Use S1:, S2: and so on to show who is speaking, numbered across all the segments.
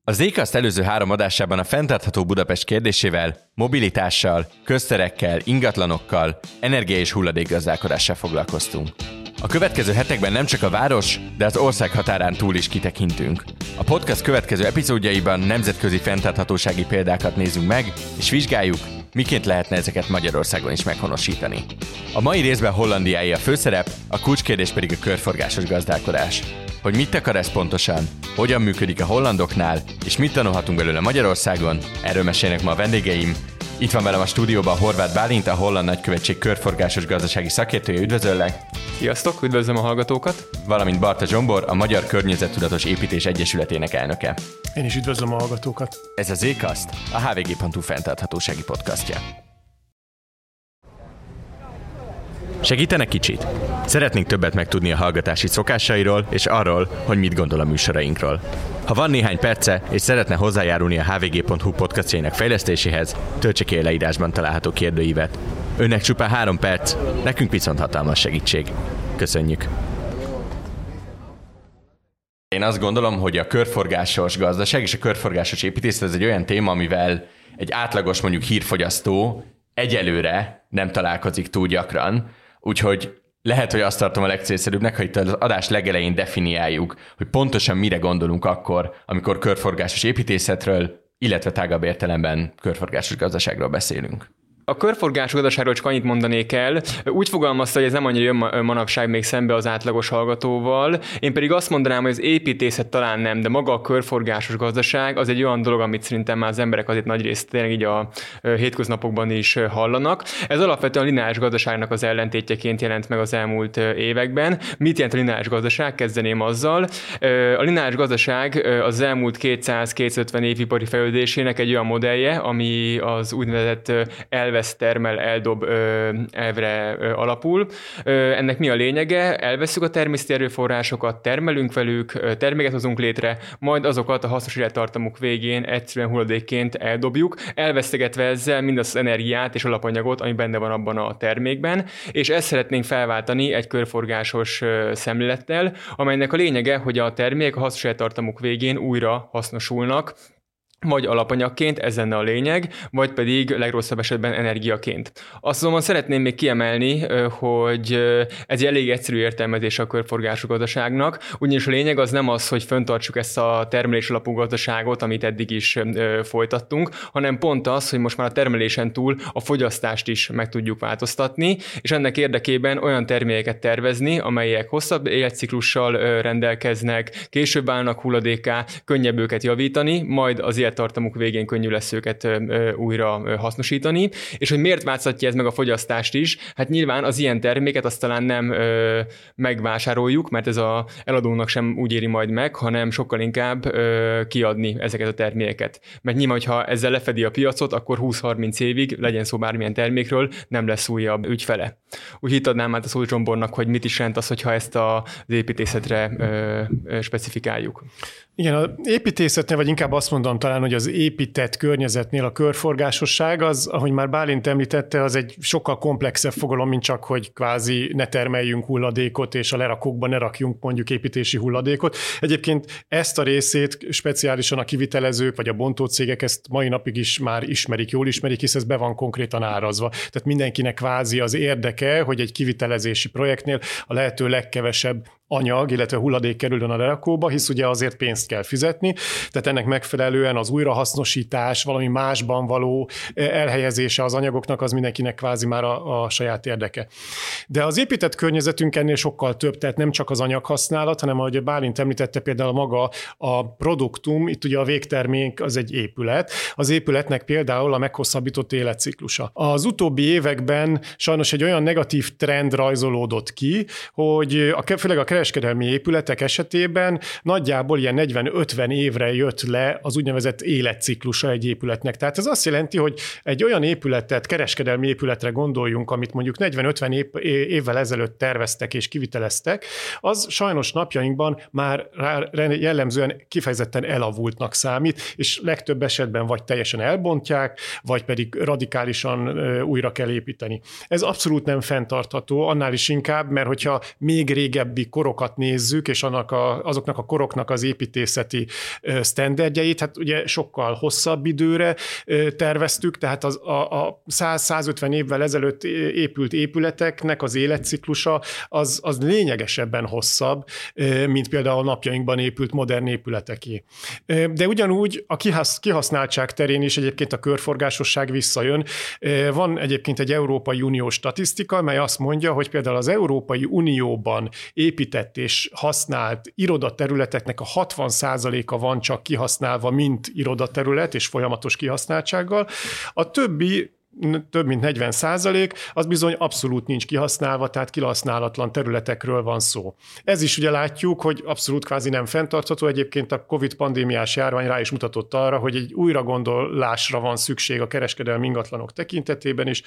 S1: A Zcast előző 3 adásában a fenntartható Budapest kérdésével, mobilitással, közterekkel, ingatlanokkal, energia- és hulladékgazdálkodással foglalkoztunk. A következő hetekben nem csak a város, de az ország határán túl is kitekintünk. A podcast következő epizódjaiban nemzetközi fenntarthatósági példákat nézzünk meg, és vizsgáljuk, miként lehetne ezeket Magyarországon is meghonosítani. A mai részben Hollandiái a főszerep, a kulcskérdés pedig a körforgásos gazdálkodás. Hogy mit akar ez pontosan, hogyan működik a hollandoknál, és mit tanulhatunk belőle Magyarországon, erről mesélnek ma a vendégeim. Itt van velem a stúdióban Horváth Bálint, a Holland Nagykövetség körforgásos gazdasági szakértője, üdvözöllek!
S2: Sziasztok, üdvözlöm a hallgatókat!
S1: Valamint Barta Zsombor, a Magyar Környezettudatos Építés Egyesületének elnöke.
S3: Én is üdvözlöm a hallgatókat!
S1: Ez a Zcast, a hvg.hu fenntarthatósági podcastja. Segítene kicsit? Szeretnénk többet megtudni a hallgatási szokásairól és arról, hogy mit gondol a műsorainkról. Ha van néhány perce, és szeretne hozzájárulni a hvg.hu podcastjainak fejlesztéséhez, töltse ki a leírásban található kérdőívet. Önnek csupán 3 perc, nekünk viszont hatalmas segítség. Köszönjük! Én azt gondolom, hogy a körforgásos gazdaság és a körforgásos építészet ez egy olyan téma, amivel egy átlagos mondjuk hírfogyasztó egyelőre nem találkozik túl gyakran, úgyhogy lehet, hogy azt tartom a legcélszerűbbnek, ha itt az adás legelején definiáljuk, hogy pontosan mire gondolunk akkor, amikor körforgásos építészetről, illetve tágabb értelemben körforgásos gazdaságról beszélünk.
S2: A körforgásos gazdaságról csak annyit mondanék el. Úgy fogalmazta, hogy ez nem annyira jön manapság még szembe az átlagos hallgatóval. Én pedig azt mondanám, hogy az építészet talán nem, de maga a körforgásos gazdaság az egy olyan dolog, amit szerintem már az emberek azért nagyrészt tényleg így a hétköznapokban is hallanak. Ez alapvetően a lineáris gazdaságnak az ellentétjeként jelent meg az elmúlt években. Mit jelent a lineáris gazdaság? Kezdeném azzal. A lineáris gazdaság az elmúlt 200-250 év ipari fejlődésének egy olyan modellje, ami az úgynevezett elvesz, termel, eldob elvre alapul. Ennek mi a lényege? Elvesszük a természeti erőforrásokat, termelünk velük, terméket hozunk létre, majd azokat a hasznos élettartamuk végén egyszerűen hulladékként eldobjuk, elvesztegetve ezzel mindazt az energiát és alapanyagot, ami benne van abban a termékben, és ezt szeretnénk felváltani egy körforgásos szemlélettel, amelynek a lényege, hogy a termék a hasznos élettartamuk végén újra hasznosulnak, vagy alapanyagként, ez lenne a lényeg, vagy pedig legrosszabb esetben energiaként. Azt azonban szeretném még kiemelni, hogy ez egy elég egyszerű értelmezés a körforgásos gazdaságnak, ugyanis a lényeg az nem az, hogy fenntartsuk ezt a termelés alapú gazdaságot, amit eddig is folytattunk, hanem pont az, hogy most már a termelésen túl a fogyasztást is meg tudjuk változtatni, és ennek érdekében olyan termékeket tervezni, amelyek hosszabb életciklussal rendelkeznek, később állnak hulladékká, könnyebb őket javítani, majd az tartamuk végén könnyű lesz őket újra hasznosítani, és hogy miért változtatja ez meg a fogyasztást is? Hát nyilván az ilyen terméket azt talán nem megvásároljuk, mert ez az eladónak sem úgy éri majd meg, hanem sokkal inkább kiadni ezeket a termékeket. Mert nyilván, hogyha ezzel lefedi a piacot, akkor 20-30 évig, legyen szó bármilyen termékről, nem lesz újabb ügyfele. Úgy itt adnám át a szót Zsombornak, hogy mit is jelent az, hogyha ezt az építészetre specifikáljuk.
S3: Igen, az építészetnél, vagy inkább azt mondom talán, hogy az épített környezetnél a körforgásosság az, ahogy már Bálint említette, az egy sokkal komplexebb fogalom, mint csak, hogy kvázi ne termeljünk hulladékot, és a lerakókba ne rakjunk mondjuk építési hulladékot. Egyébként ezt a részét speciálisan a kivitelezők, vagy a bontócégek ezt mai napig is már ismerik, jól ismerik, hisz ez be van konkrétan árazva. Tehát mindenkinek kvázi az érdeke, hogy egy kivitelezési projektnél a lehető legkevesebb anyag, illetve hulladék kerüljön a lerakóba, hisz ugye azért pénzt kell fizetni, tehát ennek megfelelően az újrahasznosítás, valami másban való elhelyezése az anyagoknak az mindenkinek kvázi már a saját érdeke. De az épített környezetünk ennél sokkal több, tehát nem csak az anyaghasználat, hanem ahogy Bálint említette, például maga a produktum, itt ugye a végtermék az egy épület, az épületnek például a meghosszabbított életciklusa. Az utóbbi években sajnos egy olyan negatív trend rajzolódott ki, hogy főleg a kereskedelmi épületek esetében nagyjából ilyen 40-50 évre jött le az úgynevezett életciklusa egy épületnek. Tehát ez azt jelenti, hogy egy olyan épületet, kereskedelmi épületre gondoljunk, amit mondjuk 40-50 évvel ezelőtt terveztek és kiviteleztek, az sajnos napjainkban már jellemzően kifejezetten elavultnak számít, és legtöbb esetben vagy teljesen elbontják, vagy pedig radikálisan újra kell építeni. Ez abszolút nem fenntartható, annál is inkább, mert hogyha még régebbi korok korokat nézzük, és azoknak a koroknak az építészeti sztenderdjeit, hát ugye sokkal hosszabb időre terveztük, tehát a 100-150 évvel ezelőtt épült épületeknek az életciklusa az lényegesebben hosszabb, mint például a napjainkban épült modern épületeké. De ugyanúgy a kihasználtság terén is egyébként a körforgásosság visszajön. Van egyébként egy Európai Uniós statisztika, mely azt mondja, hogy például az Európai Unióban épített és használt irodaterületeknek a 60%-a van csak kihasználva, mint irodaterület és folyamatos kihasználtsággal. A többi több mint 40%, az bizony abszolút nincs kihasználva, tehát kihasználatlan területekről van szó. Ez is ugye látjuk, hogy abszolút kvázi nem fenntartható. Egyébként a Covid pandémiás járvány rá is mutatott arra, hogy egy újragondolásra van szükség a kereskedelmi ingatlanok tekintetében is.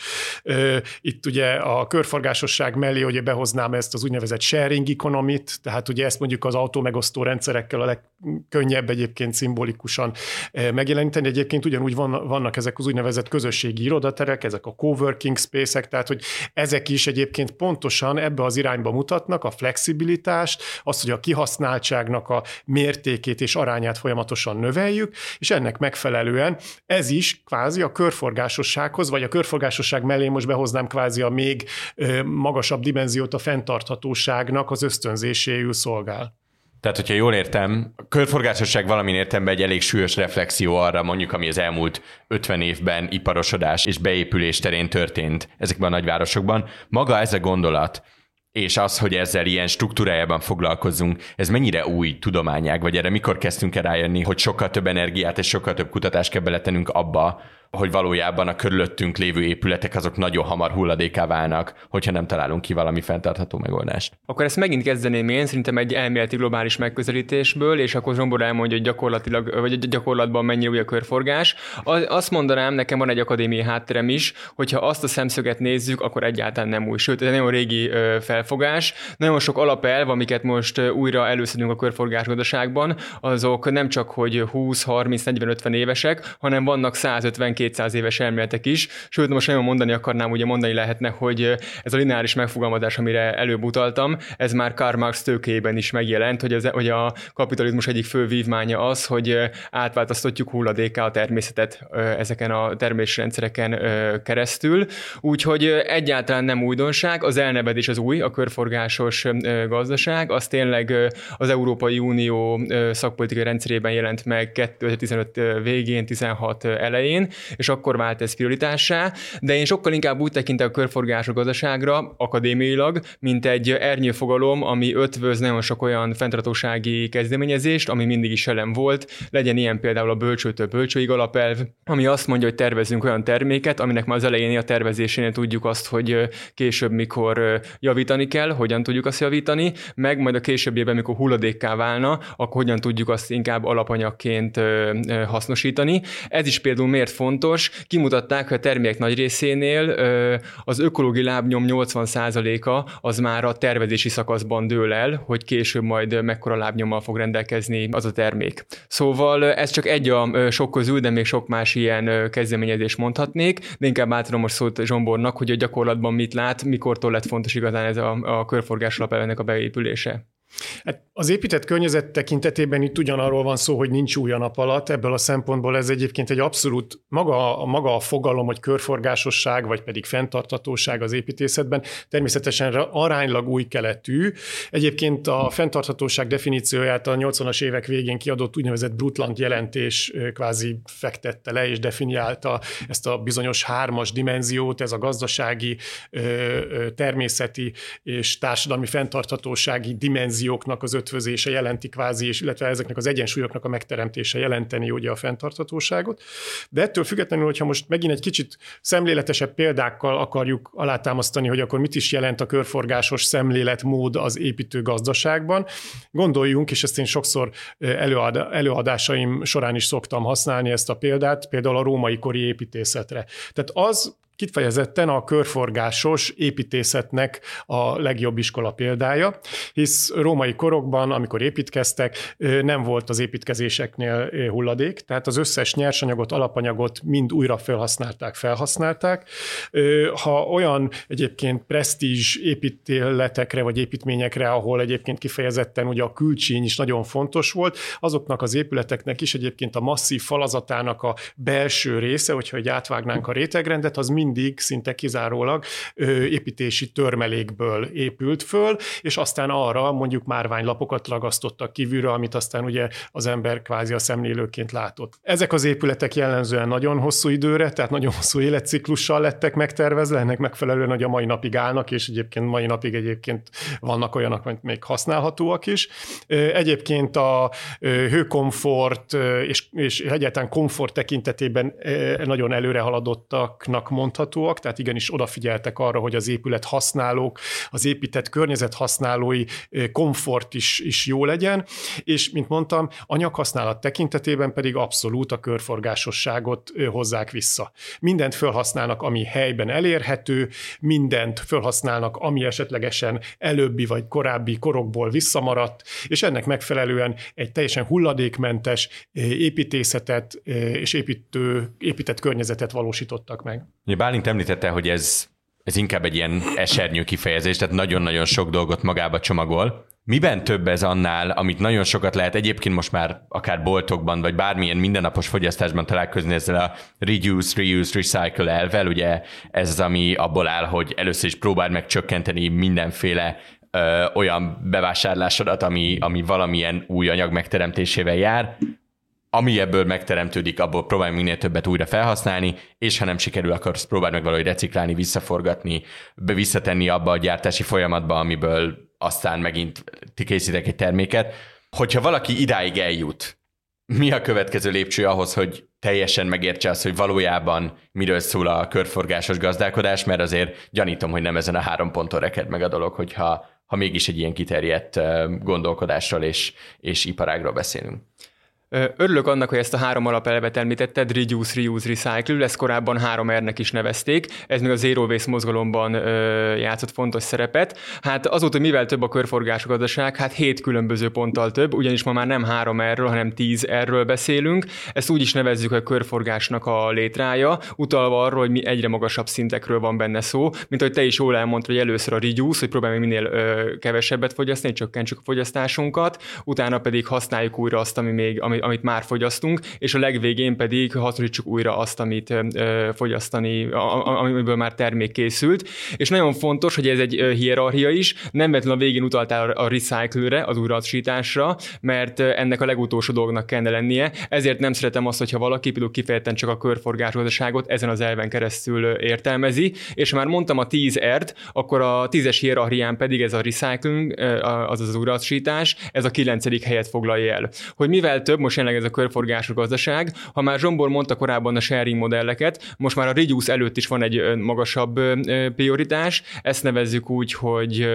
S3: Itt ugye a körforgásosság mellé ugye behoznám ezt az úgynevezett sharing economy-t, tehát ugye ezt mondjuk az autómegosztó rendszerekkel a legkönnyebb egyébként szimbolikusan megjeleníteni. Egyébként ugyanúgy vannak ezek az úgynevezett közösségi irodaterek, ezek a coworking space-ek, tehát hogy ezek is egyébként pontosan ebbe az irányba mutatnak, a flexibilitást, azt, hogy a kihasználtságnak a mértékét és arányát folyamatosan növeljük, és ennek megfelelően ez is kvázi a körforgásossághoz, vagy a körforgásosság mellé most behoznám kvázi a még magasabb dimenziót, a fenntarthatóságnak az ösztönzéséül szolgál.
S1: Tehát, hogyha jól értem, a körforgásosság valamilyen értelemben egy elég súlyos reflexió arra, mondjuk, ami az elmúlt 50 évben iparosodás és beépülés terén történt ezekben a nagyvárosokban. Maga ez a gondolat, és az, hogy ezzel ilyen struktúrájában foglalkozzunk, ez mennyire új tudományág, vagy erre mikor kezdtünk el rájönni, hogy sokkal több energiát és sokkal több kutatást kell beletennünk abba, hogy valójában a körülöttünk lévő épületek azok nagyon hamar hulladékká válnak, hogyha nem találunk ki valami fenntartható megoldást.
S2: Akkor ezt megint kezdeném én, szerintem egy elméleti globális megközelítésből, és akkor Zsombor elmondja, hogy gyakorlatilag, vagy gyakorlatban mennyire új a körforgás. Azt mondanám, nekem van egy akadémiai hátterem is, hogyha azt a szemszöget nézzük, akkor egyáltalán nem új. Sőt, ez egy nagyon régi felfogás. Nagyon sok alapelv, amiket most újra előszedünk a körforgás gazdaságban, azok nem csak, hogy 20, 30, 40, 50 évesek, hanem vannak 150-200 éves elméletek is. Sőt, most nagyon mondani lehetne, hogy ez a lineáris megfogalmazás, amire előbb utaltam, ez már Karl Marx Tőkéjében is megjelent, hogy a kapitalizmus egyik fő vívmánya az, hogy átváltoztatjuk hulladékká a természetet ezeken a termésrendszereken keresztül. Úgyhogy egyáltalán nem újdonság, az elnevezés az új, a körforgásos gazdaság, az tényleg az Európai Unió szakpolitikai rendszerében jelent meg 2015 végén, 16 elején, és akkor vált ez prioritássá, de én sokkal inkább úgy tekintek a körforgásos gazdaságra akadémiailag, mint egy ernyőfogalom, ami ötvöz nagyon sok olyan fenntarthatósági kezdeményezést, ami mindig is jelen volt, legyen ilyen például a bölcsőtől bölcsőig alapelv, ami azt mondja, hogy tervezzünk olyan terméket, aminek már az elején a tervezésénél tudjuk azt, hogy később mikor javítani kell, hogyan tudjuk azt javítani, meg majd a későbbiében, mikor hulladékká válna, akkor hogyan tudjuk azt inkább alapanyagként hasznosítani. Ez is például miért fontos? Kimutatták, hogy a termékek nagy részénél az ökológiai lábnyom 80%-a az már a tervezési szakaszban dől el, hogy később majd mekkora lábnyommal fog rendelkezni az a termék. Szóval ez csak egy a sok közül, de még sok más ilyen kezdeményezést mondhatnék, de inkább átadom most szót Zsombornak, hogy a gyakorlatban mit lát, mikortól lett fontos igazán ez a körforgás alapelvének a beépülése.
S3: Hát az épített környezet tekintetében itt ugyanarról van szó, hogy nincs új a nap alatt, ebből a szempontból ez egyébként egy abszolút maga a fogalom, hogy körforgásosság, vagy pedig fenntarthatóság az építészetben természetesen aránylag új keletű. Egyébként a fenntarthatóság definícióját a 80-as évek végén kiadott úgynevezett Brundtland jelentés kvázi fektette le és definiálta ezt a bizonyos 3-as dimenziót, ez a gazdasági, természeti és társadalmi fenntarthatósági dimenzióknak az ötvözése jelenti kvázi, és illetve ezeknek az egyensúlyoknak a megteremtése jelenteni ugye a fenntarthatóságot. De ettől függetlenül, hogyha most megint egy kicsit szemléletesebb példákkal akarjuk alátámasztani, hogy akkor mit is jelent a körforgásos szemléletmód az építő gazdaságban, gondoljunk, és ezt én sokszor előadásaim során is szoktam használni ezt a példát, például a római kori építészetre. Tehát az kifejezetten a körforgásos építészetnek a legjobb iskola példája, hisz római korokban, amikor építkeztek, nem volt az építkezéseknél hulladék, tehát az összes nyersanyagot, alapanyagot mind újra felhasználták. Ha olyan egyébként presztízs építeletekre vagy építményekre, ahol egyébként kifejezetten ugye a külcsíny is nagyon fontos volt, azoknak az épületeknek is egyébként a masszív falazatának a belső része, hogyha átvágnánk a rétegrendet, az mindig szinte kizárólag építési törmelékből épült föl, és aztán arra mondjuk márványlapokat ragasztottak kívülre, amit aztán ugye az ember kvázi a szemlélőként látott. Ezek az épületek jellemzően nagyon hosszú időre, tehát nagyon hosszú életciklussal lettek megtervezve, ennek megfelelően, hogy a mai napig állnak, és egyébként mai napig egyébként vannak olyanok, amik még használhatóak is. Egyébként a hőkomfort és egyáltalán komfort tekintetében nagyon előre haladottaknak mondhatóak, tehát igenis odafigyeltek arra, hogy az épület használók, az épített környezet használói komfort is jó legyen, és mint mondtam, anyaghasználat tekintetében pedig abszolút a körforgásosságot hozzák vissza. Mindent felhasználnak, ami helyben elérhető, mindent felhasználnak, ami esetlegesen előbbi vagy korábbi korokból visszamaradt, és ennek megfelelően egy teljesen hulladékmentes építészetet és épített környezetet valósítottak meg.
S1: Bálint említette, hogy ez inkább egy ilyen esernyő kifejezés, tehát nagyon-nagyon sok dolgot magába csomagol. Miben több ez annál, amit nagyon sokat lehet egyébként most már akár boltokban, vagy bármilyen mindennapos fogyasztásban találkozni ezzel a reduce, reuse, recycle elvvel, ugye ez az, ami abból áll, hogy először is próbáld meg csökkenteni mindenféle olyan bevásárlásodat, ami valamilyen új anyag megteremtésével jár, ami ebből megteremtődik, abból próbálj minél többet újra felhasználni, és ha nem sikerül, akkor próbáld meg valahogy reciklálni, visszaforgatni, visszatenni abba a gyártási folyamatba, amiből aztán megint ti készítek egy terméket. Hogyha valaki idáig eljut, mi a következő lépcső ahhoz, hogy teljesen megértse azt, hogy valójában miről szól a körforgásos gazdálkodás, mert azért gyanítom, hogy nem ezen a 3 ponton reked meg a dolog, hogyha mégis egy ilyen kiterjedt gondolkodásról és iparágról beszélünk.
S2: Örülök annak, hogy ezt a 3 alapelvet említetted, reduce, reuse, recycle, ezt korábban 3R-nek is nevezték, ez még a Zero Waste mozgalomban játszott fontos szerepet. Hát azóta mivel több a körforgásos gazdaság, hát 7 különböző ponttal több, ugyanis ma már nem 3R-ről, hanem 10R-ről beszélünk. Ezt úgy is nevezzük, hogy a körforgásnak a létrája, utalva arról, hogy mi egyre magasabb szintekről van benne szó, mint ahogy te is jól elmondtad, hogy először a reduce, hogy próbáljuk minél kevesebbet fogyasztani, csökkentsük a fogyasztásunkat, utána pedig használjuk újra azt, amit már fogyasztunk, és a legvégén pedig hasznosítsuk újra azt, amit fogyasztani, amiből már termék készült. És nagyon fontos, hogy ez egy hierarchia is, nem véletlenül a végén utaltál a recycle-re, az újrahasznosításra, mert ennek a legutolsó dolognak kellene lennie. Ezért nem szeretem azt, hogyha valaki például kifejezetten csak a körforgásos gazdaságot ezen az elven keresztül értelmezi, és már mondtam a 10R-t, akkor a 10-es hierarchián pedig ez a recycling, azaz az újrahasznosítás, ez a 9. helyet foglalja el. Hogy mivel több, most jelenleg ez a körforgásos gazdaság. Ha már Zsombor mondta korábban a sharing modelleket, most már a reduce előtt is van egy magasabb prioritás, ezt nevezzük úgy, hogy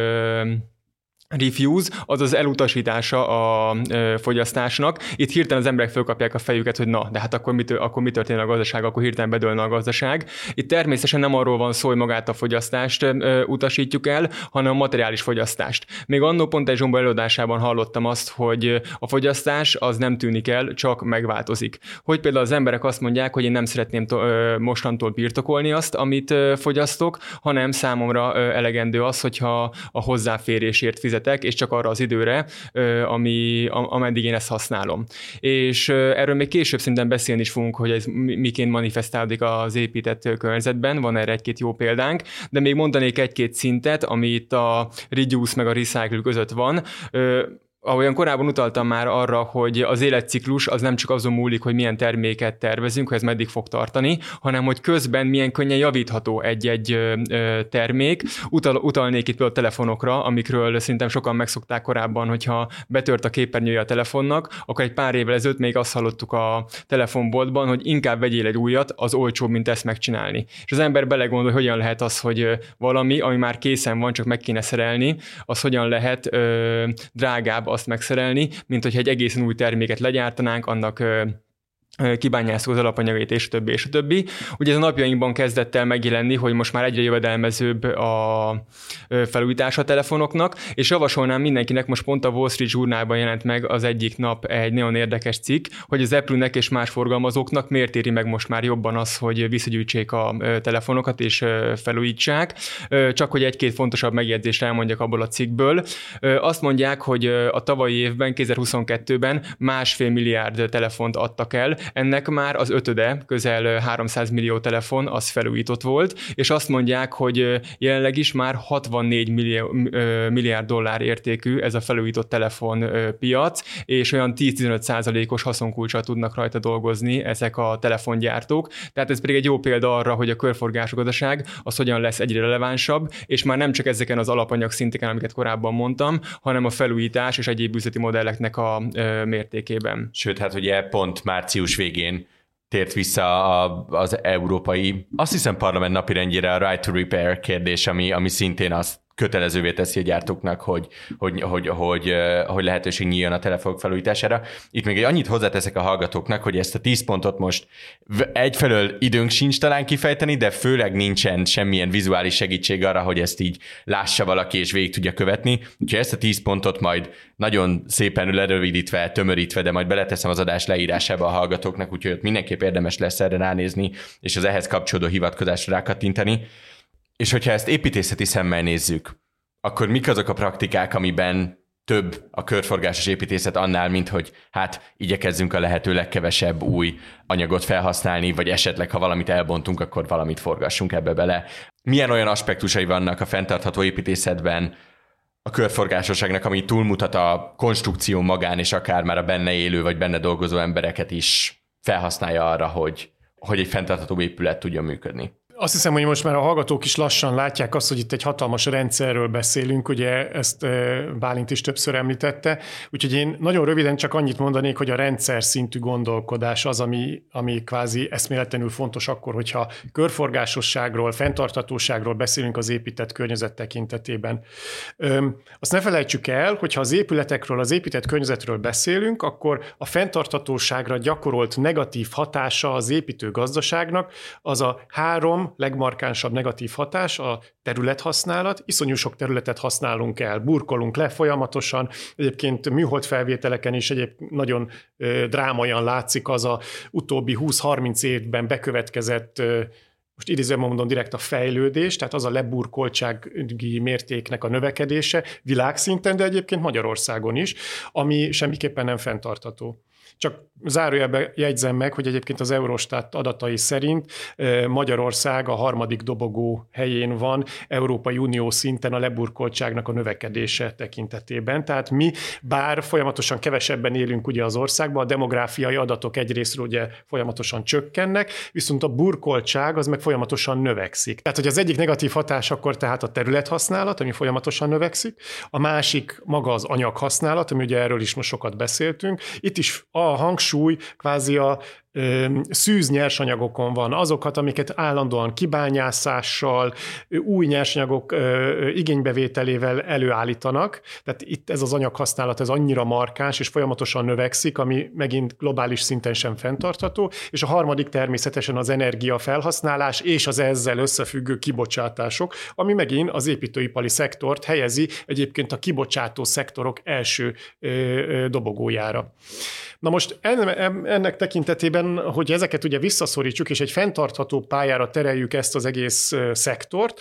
S2: refuse, azaz elutasítása a fogyasztásnak. Itt hirtelen az emberek fölkapják a fejüket, hogy na, de hát akkor mi történik a gazdaság, akkor hirtelen bedőlne a gazdaság. Itt természetesen nem arról van szó, hogy magát a fogyasztást utasítjuk el, hanem a materiális fogyasztást. Még annó pont egy Zsombor előadásában hallottam azt, hogy a fogyasztás az nem tűnik el, csak megváltozik. Hogy például az emberek azt mondják, hogy én nem szeretném mostantól birtokolni azt, amit fogyasztok, hanem számomra elegendő az, hogyha a hozzáférésért fizetek, és csak arra az időre, ameddig én ezt használom. És erről még később szinten beszélni is fogunk, hogy ez miként manifestálódik az épített környezetben, van erre egy-két jó példánk, de még mondanék egy-két szintet, ami itt a reduce meg a recycle között van. Ahogyan korábban utaltam már arra, hogy az életciklus az nem csak azon múlik, hogy milyen terméket tervezünk, hogy ez meddig fog tartani, hanem hogy közben milyen könnyen javítható egy-egy termék. Utalnék itt a telefonokra, amikről szerintem sokan megszokták korábban, hogyha betört a képernyője a telefonnak, akkor egy pár évvel ezelőtt még azt hallottuk a telefonboltban, hogy inkább vegyél egy újat, az olcsóbb, mint ezt megcsinálni. És az ember belegondol, hogy hogyan lehet az, hogy valami, ami már készen van, csak meg kéne szerelni, az hogyan lehet drágább azt megszerelni, mint hogyha egy egészen új terméket legyártanánk, annak kibányászuk az alapanyagait, és a többi, és a többi. Ugye ez a napjainkban kezdett el megjelenni, hogy most már egyre jövedelmezőbb a felújítása a telefonoknak, és javasolnám mindenkinek, most pont a Wall Street Journalban jelent meg az egyik nap egy nagyon érdekes cikk, hogy az Apple-nek és más forgalmazóknak miért éri meg most már jobban az, hogy visszagyűjtsék a telefonokat és felújítsák. Csak hogy egy-két fontosabb megjegyzést elmondjak abból a cikkből. Azt mondják, hogy a tavalyi évben, 2022-ben 1,5 milliárd telefont adtak el, ennek már az ötöde, közel 300 millió telefon, az felújított volt, és azt mondják, hogy jelenleg is már 64 milliárd dollár értékű ez a felújított telefonpiac, és olyan 10-15%-os haszonkulccsal tudnak rajta dolgozni ezek a telefongyártók. Tehát ez pedig egy jó példa arra, hogy a körforgású gazdaság az hogyan lesz egyre relevánsabb, és már nem csak ezeken az alapanyag szinteken, amiket korábban mondtam, hanem a felújítás és egyéb üzleti modelleknek a mértékében.
S1: Sőt, hát ugye pont március végén tért vissza az európai, azt hiszem parlament napirendjére a right to repair kérdés, ami szintén azt kötelezővé teszi a gyártóknak, hogy lehetőség nyíljon a telefonok felújítására. Itt még annyit hozzáteszek a hallgatóknak, hogy ezt a 10 pontot most egyfelől időnk sincs talán kifejteni, de főleg nincsen semmilyen vizuális segítség arra, hogy ezt így lássa valaki és végig tudja követni. Úgyhogy ezt a 10 pontot majd nagyon szépen lerövidítve, tömörítve, de majd beleteszem az adás leírásába a hallgatóknak, úgyhogy ott mindenképp érdemes lesz erre ránézni, és az ehhez kapcsolódó hivatkozásra rákattintani. És hogyha ezt építészeti szemmel nézzük, akkor mik azok a praktikák, amiben több a körforgásos építészet annál, mint hogy hát igyekezzünk a lehető legkevesebb új anyagot felhasználni, vagy esetleg, ha valamit elbontunk, akkor valamit forgassunk ebbe bele. Milyen olyan aspektusai vannak a fenntartható építészetben a körforgásosságnak, ami túlmutat a konstrukció magán, és akár már a benne élő, vagy benne dolgozó embereket is felhasználja arra, hogy egy fenntartható épület tudjon működni?
S3: Azt hiszem, hogy most már a hallgatók is lassan látják azt, hogy itt egy hatalmas rendszerről beszélünk, ugye ezt Bálint is többször említette, úgyhogy én nagyon röviden csak annyit mondanék, hogy a rendszer szintű gondolkodás az, ami kvázi eszméletlenül fontos akkor, hogyha körforgásosságról, fenntarthatóságról beszélünk az épített környezet tekintetében. Azt ne felejtsük el, hogyha az épületekről, az épített környezetről beszélünk, akkor a fenntarthatóságra gyakorolt negatív hatása az építő gazdaságnak az a 3 legmarkánsabb negatív hatás a területhasználat. Iszonyú sok területet használunk el, burkolunk le folyamatosan. Egyébként műholdfelvételeken is nagyon drámaian látszik az a utóbbi 20-30 évben bekövetkezett, most idézőben mondom direkt a fejlődés, tehát az a leburkoltsági mértéknek a növekedése világszinten, de egyébként Magyarországon is, ami semmiképpen nem fenntartható. Csak zárójelben jegyzem meg, hogy egyébként az Eurostat adatai szerint Magyarország a 3. dobogó helyén van Európai Unió szinten a leburkoltságnak a növekedése tekintetében. Tehát mi, bár folyamatosan kevesebben élünk ugye az országban, a demográfiai adatok egyrésztről ugye folyamatosan csökkennek, viszont a burkoltság az meg folyamatosan növekszik. Tehát, hogy az egyik negatív hatás akkor tehát a területhasználat, ami folyamatosan növekszik, a másik maga az anyaghasználat, ami ugye erről is most sokat beszéltünk. Itt is a hangsúly kvázi a szűz nyersanyagokon van, azokat, amiket állandóan kibányászással, új nyersanyagok igénybevételével előállítanak. Tehát itt ez az anyaghasználat, ez annyira markáns, és folyamatosan növekszik, ami megint globális szinten sem fenntartható. És a harmadik természetesen az energiafelhasználás és az ezzel összefüggő kibocsátások, ami megint az építőipari szektort helyezi egyébként a kibocsátó szektorok első dobogójára. Na most ennek tekintetében, hogy ezeket ugye visszaszorítsuk, és egy fenntartható pályára tereljük ezt az egész szektort,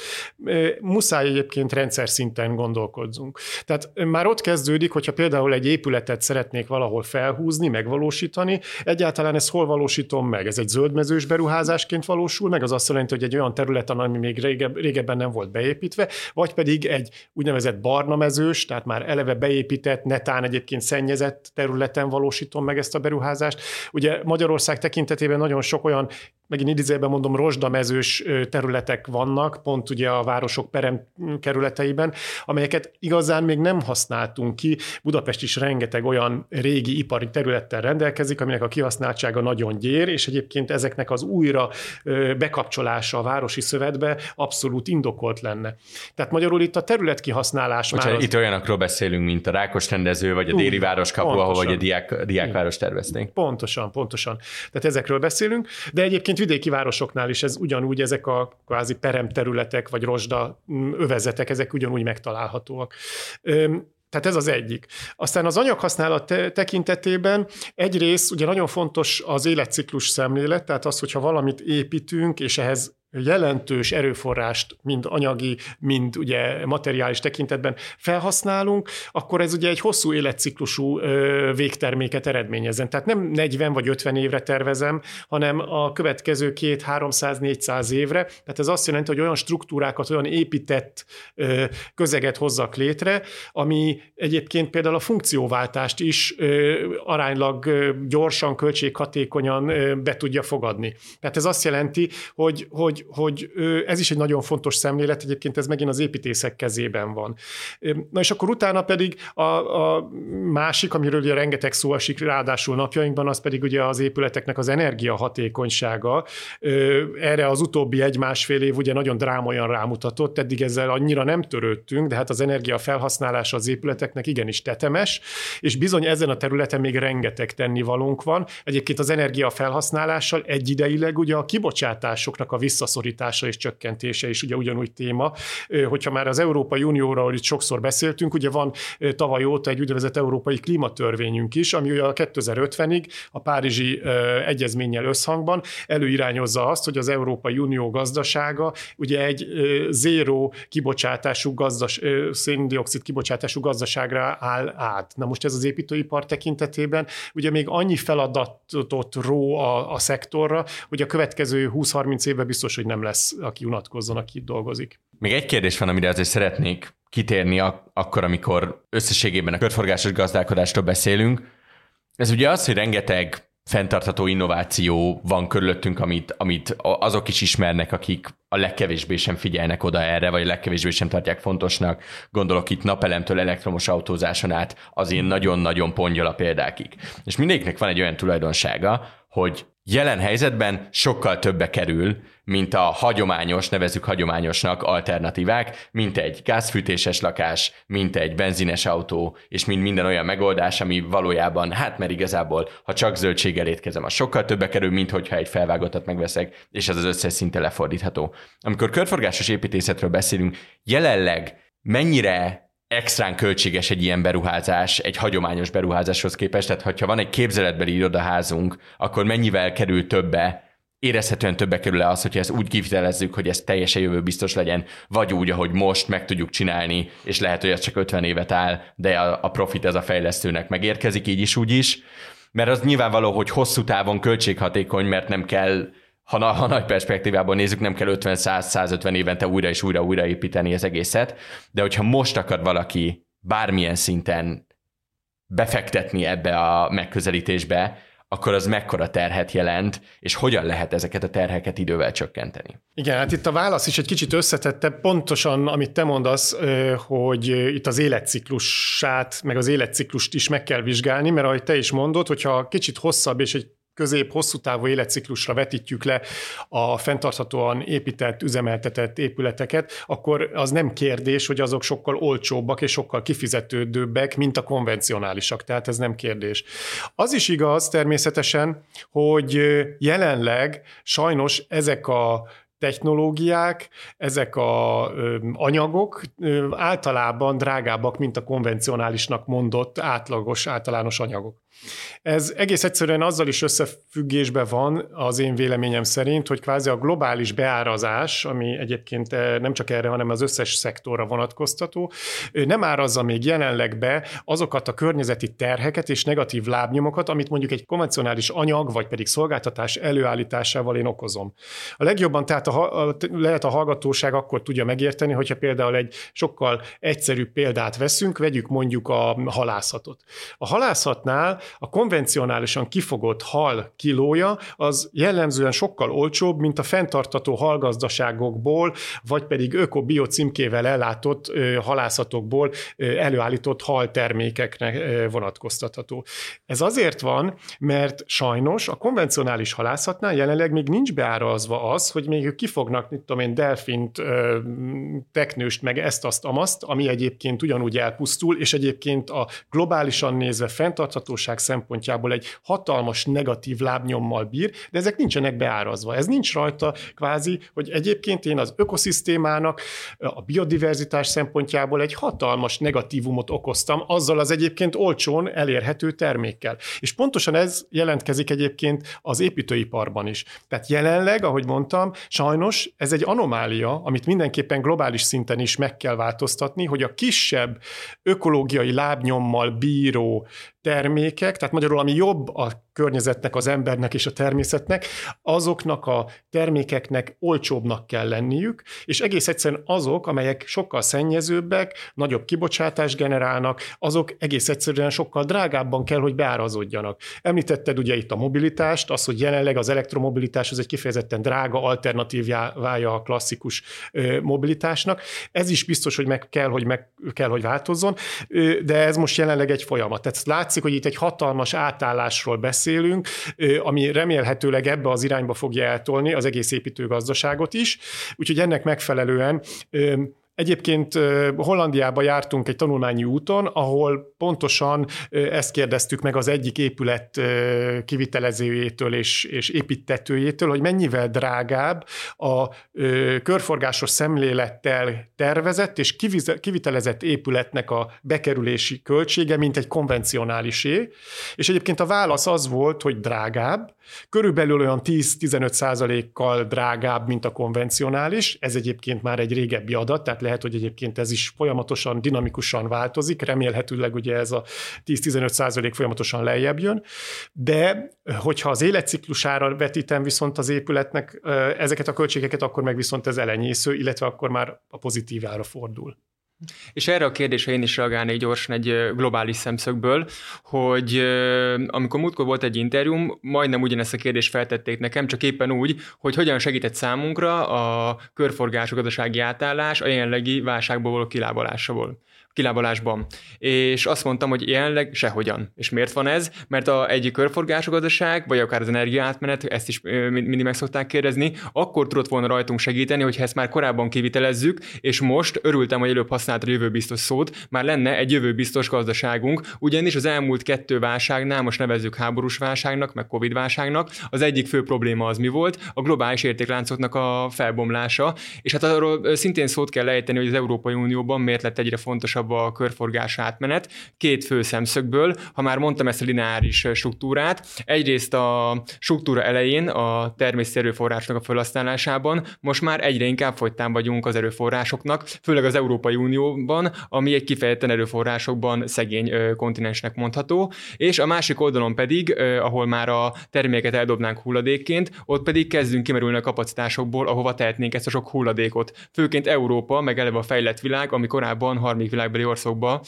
S3: muszáj egyébként rendszer szinten gondolkozzunk. Tehát már ott kezdődik, hogyha például egy épületet szeretnék valahol felhúzni, megvalósítani, egyáltalán ezt hol valósítom meg? Ez egy zöldmezős beruházásként valósul meg, az azt jelenti, hogy egy olyan területen, ami még régebben nem volt beépítve, vagy pedig egy úgynevezett barna mezős, tehát már eleve beépített, netán egyébként szennyezett területen valósítom meg ezt a beruházást. Ugye Magyarország tekintetében nagyon sok olyan megint idézőjelben mondom, rozsdamezős területek vannak, pont ugye a városok peremkerületeiben, amelyeket igazán még nem használtunk ki. Budapest is rengeteg olyan régi ipari területtel rendelkezik, aminek a kihasználtsága nagyon gyér, és egyébként ezeknek az újra bekapcsolása a városi szövetbe abszolút indokolt lenne. Tehát magyarul itt a területkihasználás már...
S1: Itt olyanokról beszélünk, mint a Rákos-rendező, vagy a Déli Városkapu, ahol vagy a diákváros tervezték.
S3: Pontosan. Tehát ezekről beszélünk, de egyébként vidéki városoknál is ez ugyanúgy, ezek a kvázi peremterületek, vagy rozsda övezetek, ezek ugyanúgy megtalálhatóak. Tehát ez az egyik. Aztán az anyaghasználat tekintetében egyrészt ugye nagyon fontos az életciklus szemlélet, tehát az, hogyha valamit építünk, és ehhez jelentős erőforrást, mind anyagi, mind ugye materiális tekintetben felhasználunk, akkor ez ugye egy hosszú életciklusú végterméket eredményezzen. Tehát nem 40 vagy 50 évre tervezem, hanem a következő 200-300-400 évre. Tehát ez azt jelenti, hogy olyan struktúrákat, olyan épített közeget hozzak létre, ami egyébként például a funkcióváltást is aránylag gyorsan, költséghatékonyan be tudja fogadni. Tehát ez azt jelenti, hogy ez is egy nagyon fontos szemlélet, egyébként ez megint az építészek kezében van. Na és akkor utána pedig a másik, amiről ugye rengeteg szó esik ráadásul napjainkban, az pedig ugye az épületeknek az energiahatékonysága. Erre az utóbbi 1-1,5 év ugye nagyon drámaian rámutatott, eddig ezzel annyira nem törődtünk, de hát az energia felhasználása az épületeknek igenis tetemes, és bizony ezen a területen még rengeteg tennivalónk van. Egyébként az energia felhasználással egyidejileg ugye a kibocsátásoknak a visszaszorítása és csökkentése is ugye ugyanúgy téma. Hogyha már az Európai Unióról itt sokszor beszéltünk, ugye van tavaly óta egy úgynevezett európai klímatörvényünk is, ami ugye a 2050-ig a Párizsi egyezménnyel összhangban előirányozza azt, hogy az Európai Unió gazdasága ugye egy zéró kibocsátású széndioxid kibocsátású gazdaságra áll át. Na most ez az építőipar tekintetében ugye még annyi feladatot ró a szektorra, hogy a következő 20-30 évben biztos, hogy nem lesz, aki unatkozzon, aki itt dolgozik.
S1: Még egy kérdés van, amire azért szeretnék kitérni akkor, amikor összességében a körforgásos gazdálkodástól beszélünk. Ez ugye az, hogy rengeteg fenntartható innováció van körülöttünk, amit azok is ismernek, akik a legkevésbé sem figyelnek oda erre, vagy a legkevésbé sem tartják fontosnak. Gondolok itt napelemtől elektromos autózáson át az ilyen nagyon-nagyon pongyala példákig. És mindegyiknek van egy olyan tulajdonsága, hogy jelen helyzetben sokkal többe kerül, mint a hagyományos, nevezzük hagyományosnak alternatívák, mint egy gázfűtéses lakás, mint egy benzines autó, és mint minden olyan megoldás, ami valójában, mert igazából, ha csak zöldséggel étkezem, az sokkal többe kerül, mint hogyha egy felvágottat megveszek, és ez az összes szinte lefordítható. Amikor körforgásos építészetről beszélünk, jelenleg mennyire extrán költséges egy ilyen beruházás, egy hagyományos beruházáshoz képest, tehát ha van egy képzeletbeli irodaházunk, akkor mennyivel kerül többe, érezhetően többe kerül-e az, hogyha ezt úgy kivitelezzük, hogy ez teljesen jövőbiztos legyen, vagy úgy, ahogy most meg tudjuk csinálni, és lehet, hogy ez csak 50 évet áll, de a profit ez a fejlesztőnek megérkezik, így is, úgy is, mert az nyilvánvaló, hogy hosszú távon költséghatékony, mert nem kell, ha nagy perspektívában nézzük, nem kell 50-100-150 évente újra és újra építeni az egészet, de hogyha most akar valaki bármilyen szinten befektetni ebbe a megközelítésbe, akkor az mekkora terhet jelent, és hogyan lehet ezeket a terheket idővel csökkenteni?
S3: Igen, hát itt a válasz is egy kicsit összetettebb, pontosan amit te mondasz, hogy itt az életciklusát, meg az életciklust is meg kell vizsgálni, mert ahogy te is mondod, hogyha kicsit hosszabb és egy közép-hosszú távú életciklusra vetítjük le a fenntarthatóan épített, üzemeltetett épületeket, akkor az nem kérdés, hogy azok sokkal olcsóbbak és sokkal kifizetődőbbek, mint a konvencionálisak, tehát ez nem kérdés. Az is igaz természetesen, hogy jelenleg sajnos ezek a technológiák, ezek az anyagok általában drágábbak, mint a konvencionálisnak mondott átlagos, általános anyagok. Ez egész egyszerűen azzal is összefüggésben van az én véleményem szerint, hogy kvázi a globális beárazás, ami egyébként nem csak erre, hanem az összes szektorra vonatkoztató, nem árazza még jelenleg be azokat a környezeti terheket és negatív lábnyomokat, amit mondjuk egy konvencionális anyag, vagy pedig szolgáltatás előállításával én okozom. A legjobban tehát lehet a hallgatóság akkor tudja megérteni, hogyha például egy sokkal egyszerűbb példát veszünk, vegyük mondjuk a halászatot. A halászatnál a konvencionálisan kifogott hal kilója az jellemzően sokkal olcsóbb, mint a fenntartható halgazdaságokból, vagy pedig öko-bio címkével ellátott halászatokból előállított haltermékeknek vonatkoztatható. Ez azért van, mert sajnos a konvencionális halászatnál jelenleg még nincs beárazva az, hogy még ők kifognak, mit tudom én, delfint, teknőst, meg ezt, azt, ami egyébként ugyanúgy elpusztul, és egyébként a globálisan nézve fenntarthatóság szempontjából egy hatalmas negatív lábnyommal bír, de ezek nincsenek beárazva. Ez nincs rajta kvázi, hogy egyébként én az ökoszisztémának, a biodiverzitás szempontjából egy hatalmas negatívumot okoztam azzal az egyébként olcsón elérhető termékkel. És pontosan ez jelentkezik egyébként az építőiparban is. Tehát jelenleg, ahogy mondtam, sajnos ez egy anomália, amit mindenképpen globális szinten is meg kell változtatni, hogy a kisebb ökológiai lábnyommal bíró termékek, tehát magyarul ami jobb a környezetnek, az embernek és a természetnek, azoknak a termékeknek olcsóbbnak kell lenniük, és egész egyszerűen azok, amelyek sokkal szennyezőbbek, nagyobb kibocsátást generálnak, azok egész egyszerűen sokkal drágábban kell, hogy beárazódjanak. Említetted ugye itt a mobilitást, az, hogy jelenleg az elektromobilitás az egy kifejezetten drága alternatívája a klasszikus mobilitásnak. Ez is biztos, hogy meg kell, hogy változzon, de ez most jelenleg egy folyamat. Tehát látszik, hogy itt egy hatalmas átállásról beszélünk, ami remélhetőleg ebbe az irányba fogja eltolni az egész építőgazdaságot is. Úgyhogy ennek megfelelően egyébként Hollandiába jártunk egy tanulmányi úton, ahol pontosan ezt kérdeztük meg az egyik épület kivitelezőjétől és építtetőjétől, hogy mennyivel drágább a körforgásos szemlélettel tervezett és kivitelezett épületnek a bekerülési költsége, mint egy konvencionálisé. És egyébként a válasz az volt, hogy drágább, körülbelül olyan 10-15%-kal drágább, mint a konvencionális. Ez egyébként már egy régebbi adat, tehát lehet, hogy egyébként ez is folyamatosan, dinamikusan változik, remélhetőleg ugye ez a 10-15% folyamatosan lejjebb jön, de hogyha az életciklusára vetítem viszont az épületnek ezeket a költségeket, akkor meg viszont ez elenyésző, illetve akkor már a pozitívára fordul.
S2: És erre a kérdésre én is reagálnék gyorsan egy globális szemszögből, hogy amikor múltkor volt egy interjúm, majdnem ugyanezt a kérdést feltették nekem, csak éppen úgy, hogy hogyan segített számunkra a körforgású gazdasági átállás a jelenlegi válságból való kilábalásban. És azt mondtam, hogy jelenleg sehogyan. És miért van ez? Mert egy körforgású gazdaság, vagy akár az energiaátmenet, ezt is mindig meg szokták kérdezni, akkor tudott volna rajtunk segíteni, hogyha ezt már korábban kivitelezzük, és most örültem, hogy előbb használta a jövőbiztos szót, már lenne egy jövőbiztos gazdaságunk, ugyanis az elmúlt 2 válságnál, most nevezzük háborús válságnak, meg Covid válságnak, az egyik fő probléma az mi volt? A globális értékláncoknak a felbomlása, és hát arról szintén szót kell ejteni, hogy az Európai Unióban miért lett egyre fontosabb a körforgás átmenet, 2 fő szemszögből, ha már mondtam ezt a lineáris struktúrát, egyrészt a struktúra elején a természeti erőforrásnak a felhasználásában most már egyre inkább fogytán vagyunk az erőforrásoknak, főleg az Európai Unióban, ami egy kifejezetten erőforrásokban szegény kontinensnek mondható, és a másik oldalon pedig, ahol már a terméket eldobnánk hulladékként, ott pedig kezdünk kimerülni a kapacitásokból, ahova tehetnénk ezt a sok hulladékot. Főként Európa, meg eleve a fejlett világ, ami korábban harmadik világbeli országokba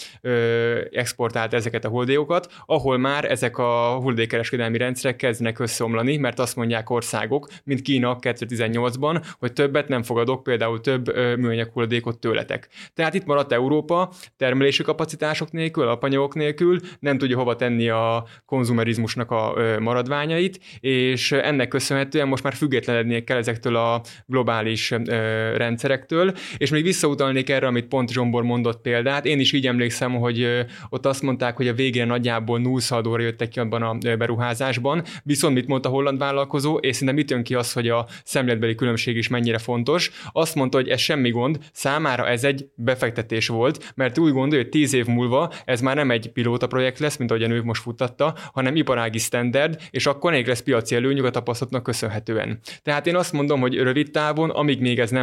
S2: exportált ezeket a hulladékokat, ahol már ezek a hulladékkereskedelmi rendszerek kezdenek összeomlani, mert azt mondják országok, mint Kína 2018-ban, hogy többet nem fogadok, például több műanyag hulladékot tőletek. Tehát itt maradt Európa termelési kapacitások nélkül, alapanyagok nélkül, nem tudja hova tenni a konzumerizmusnak a maradványait, és ennek köszönhetően most már függetlenednie kell ezektől a globális rendszerektől, és még visszautalnék erre, amit pont Zsombor mondott példát. Én is így emlékszem, hogy ott azt mondták, hogy a végén nagyjából nullszaldóra jöttek ki abban a beruházásban, viszont mit mondta a holland vállalkozó, és szerintem mit jön ki az, hogy a szemléletbeli különbség is mennyire fontos. Azt mondta, hogy ez semmi gond, számára ez egy befektetés volt, mert úgy gondolja, hogy 10 év múlva ez már nem egy pilóta projekt lesz, mint ahogyan ők most futtatta, hanem iparági standard, és akkor elég lesz piaci előnyük a tapasztalatnak köszönhetően. Tehát én azt mondom, hogy rövid távon, amíg még ez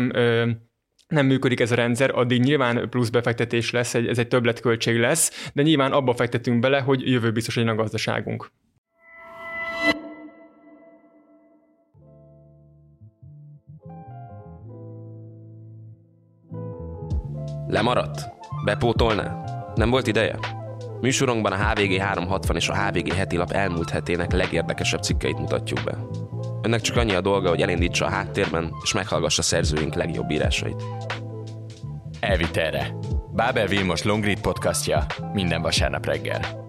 S2: nem működik ez a rendszer, addig nyilván plusz befektetés lesz, ez egy többletköltség lesz, de nyilván abba fektetünk bele, hogy jövőbiztos legyen a gazdaságunk.
S4: Lemaradt? Bepótolná? Nem volt ideje? Műsorunkban a HVG 360 és a HVG heti lap elmúlt hetének legérdekesebb cikkeit mutatjuk be. Önnek csak annyi a dolga, hogy elindítsa a háttérben, és meghallgassa szerzőink legjobb írásait.
S1: Elvitelre. Bábel Vilmos Longread podcastja minden vasárnap reggel.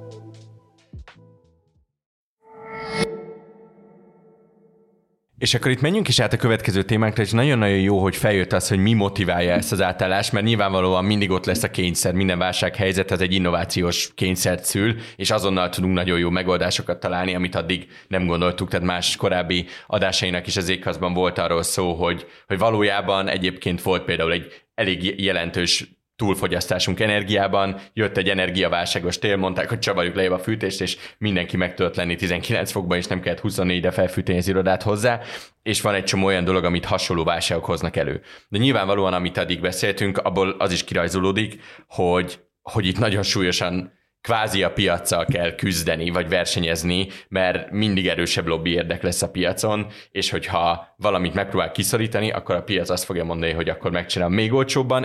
S1: És akkor itt menjünk is át a következő témánkra, és nagyon-nagyon jó, hogy feljött az, hogy mi motiválja ezt az átállást, mert nyilvánvalóan mindig ott lesz a kényszer, minden válsághelyzet az egy innovációs kényszert szül, és azonnal tudunk nagyon jó megoldásokat találni, amit addig nem gondoltuk, tehát más korábbi adásainak is az Éghazban volt arról szó, hogy valójában egyébként volt például egy elég jelentős túlfogyasztásunk energiában, jött egy energiaválságos tél, mondták, hogy csavarjuk lejjebb a fűtést, és mindenki meg tudott lenni 19 fokban, és nem kellett 24-re felfűteni az irodát hozzá, és van egy csomó olyan dolog, amit hasonló válságok hoznak elő. De nyilvánvalóan, amit addig beszéltünk, abból az is kirajzolódik, hogy itt nagyon súlyosan kvázi a piaccal kell küzdeni, vagy versenyezni, mert mindig erősebb lobby érdek lesz a piacon, és hogyha valamit megpróbál kiszorítani, akkor a piac azt fogja mondani, hogy akkor megcsinálom még olcsóbban,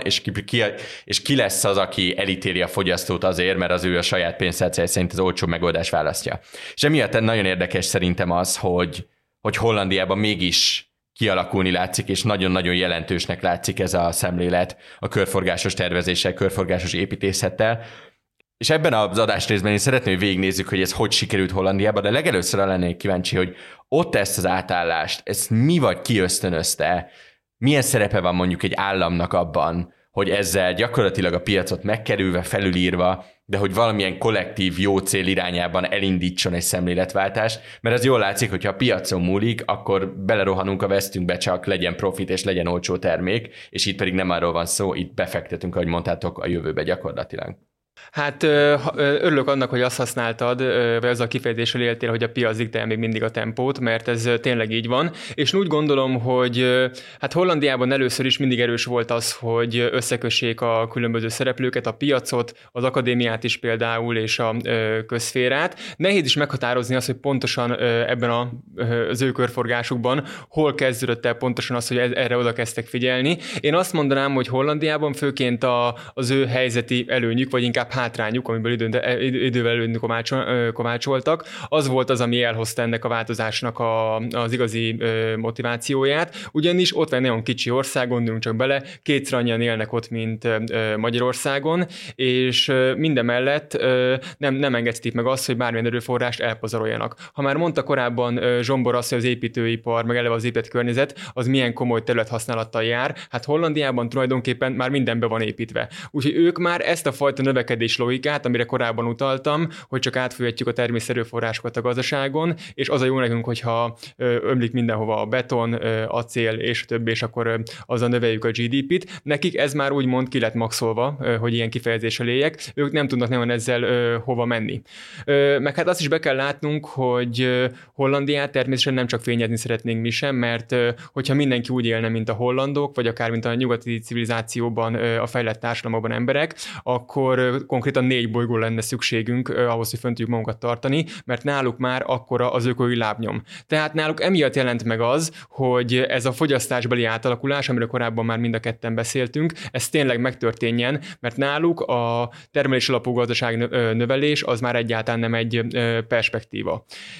S1: és ki lesz az, aki elítéli a fogyasztót azért, mert az ő a saját pénztárcája szerint az olcsó megoldást választja. És emiatt nagyon érdekes szerintem az, hogy Hollandiában mégis kialakulni látszik, és nagyon-nagyon jelentősnek látszik ez a szemlélet a körforgásos tervezéssel, körforgásos építészettel. És ebben az adásrészben én szeretném, hogy végignézzük, hogy ez hogy sikerült Hollandiában, de legelőször lennék kíváncsi, hogy ott ezt az átállást, ezt mi vagy ki ösztönözte, milyen szerepe van mondjuk egy államnak abban, hogy ezzel gyakorlatilag a piacot megkerülve, felülírva, de hogy valamilyen kollektív jó cél irányában elindítson egy szemléletváltást, mert az jól látszik, hogyha a piacon múlik, akkor belerohanunk a vesztünkbe, csak legyen profit és legyen olcsó termék, és itt pedig nem arról van szó, itt befektetünk, ahogy mondtátok, a jövőbe gyakorlatilag.
S2: Hát örülök annak, hogy azt használtad, vagy az a kifejezéssel éltél, hogy a piac diktálja még mindig a tempót, mert ez tényleg így van. És úgy gondolom, hogy hát Hollandiában először is mindig erős volt az, hogy összekössék a különböző szereplőket, a piacot, az akadémiát is például, és a közszférát. Nehéz is meghatározni azt, hogy pontosan ebben az ő körforgásukban hol kezdődött el pontosan az, hogy erre oda kezdtek figyelni. Én azt mondanám, hogy Hollandiában főként az ő helyzeti előnyük, vagy inkább hátrányuk, amiből idővel előnyt kovácsoltak, az volt az, ami elhozta ennek a változásnak az igazi motivációját, ugyanis ott van egy nagyon kicsi ország, gondoljunk csak bele, kétszer annyian élnek ott, mint Magyarországon, és mindemellett nem engedték meg azt, hogy bármilyen erőforrást elpazaroljanak. Ha már mondta korábban Zsombor azt, hogy az építőipar, meg eleve az épített környezet, az milyen komoly területhasználattal jár, hát Hollandiában tulajdonképpen már minden be van építve. Úgyhogy ők már ezt a fajta növekedés logikát, amire korábban utaltam, hogy csak átfűhetjük a természeti erőforrásokat a gazdaságon, és az a jó nekünk, hogyha ömlik mindenhova a beton, acél és a többi, és akkor azzal növeljük a GDP-t. Nekik ez már úgymond ki lett maxolva, hogy ilyen kifejezéssel éljek, ők nem tudnak nagyon ezzel hova menni. Meg hát azt is be kell látnunk, hogy Hollandiát természetesen nem csak fényezni szeretnénk mi sem, mert hogyha mindenki úgy élne, mint a hollandok, vagy akár mint a nyugati civilizációban, a fejlett társadalmakban emberek, akkor konkrétan 4 bolygó lenne szükségünk ahhoz, hogy fent tudjuk magunkat tartani, mert náluk már akkora az ökológiai lábnyom. Tehát náluk emiatt jelent meg az, hogy ez a fogyasztásbeli átalakulás, amiről korábban már mind a ketten beszéltünk, ez tényleg megtörténjen, mert náluk a termelés alapú gazdaság növelés az már egyáltalán nem egy perspektíva.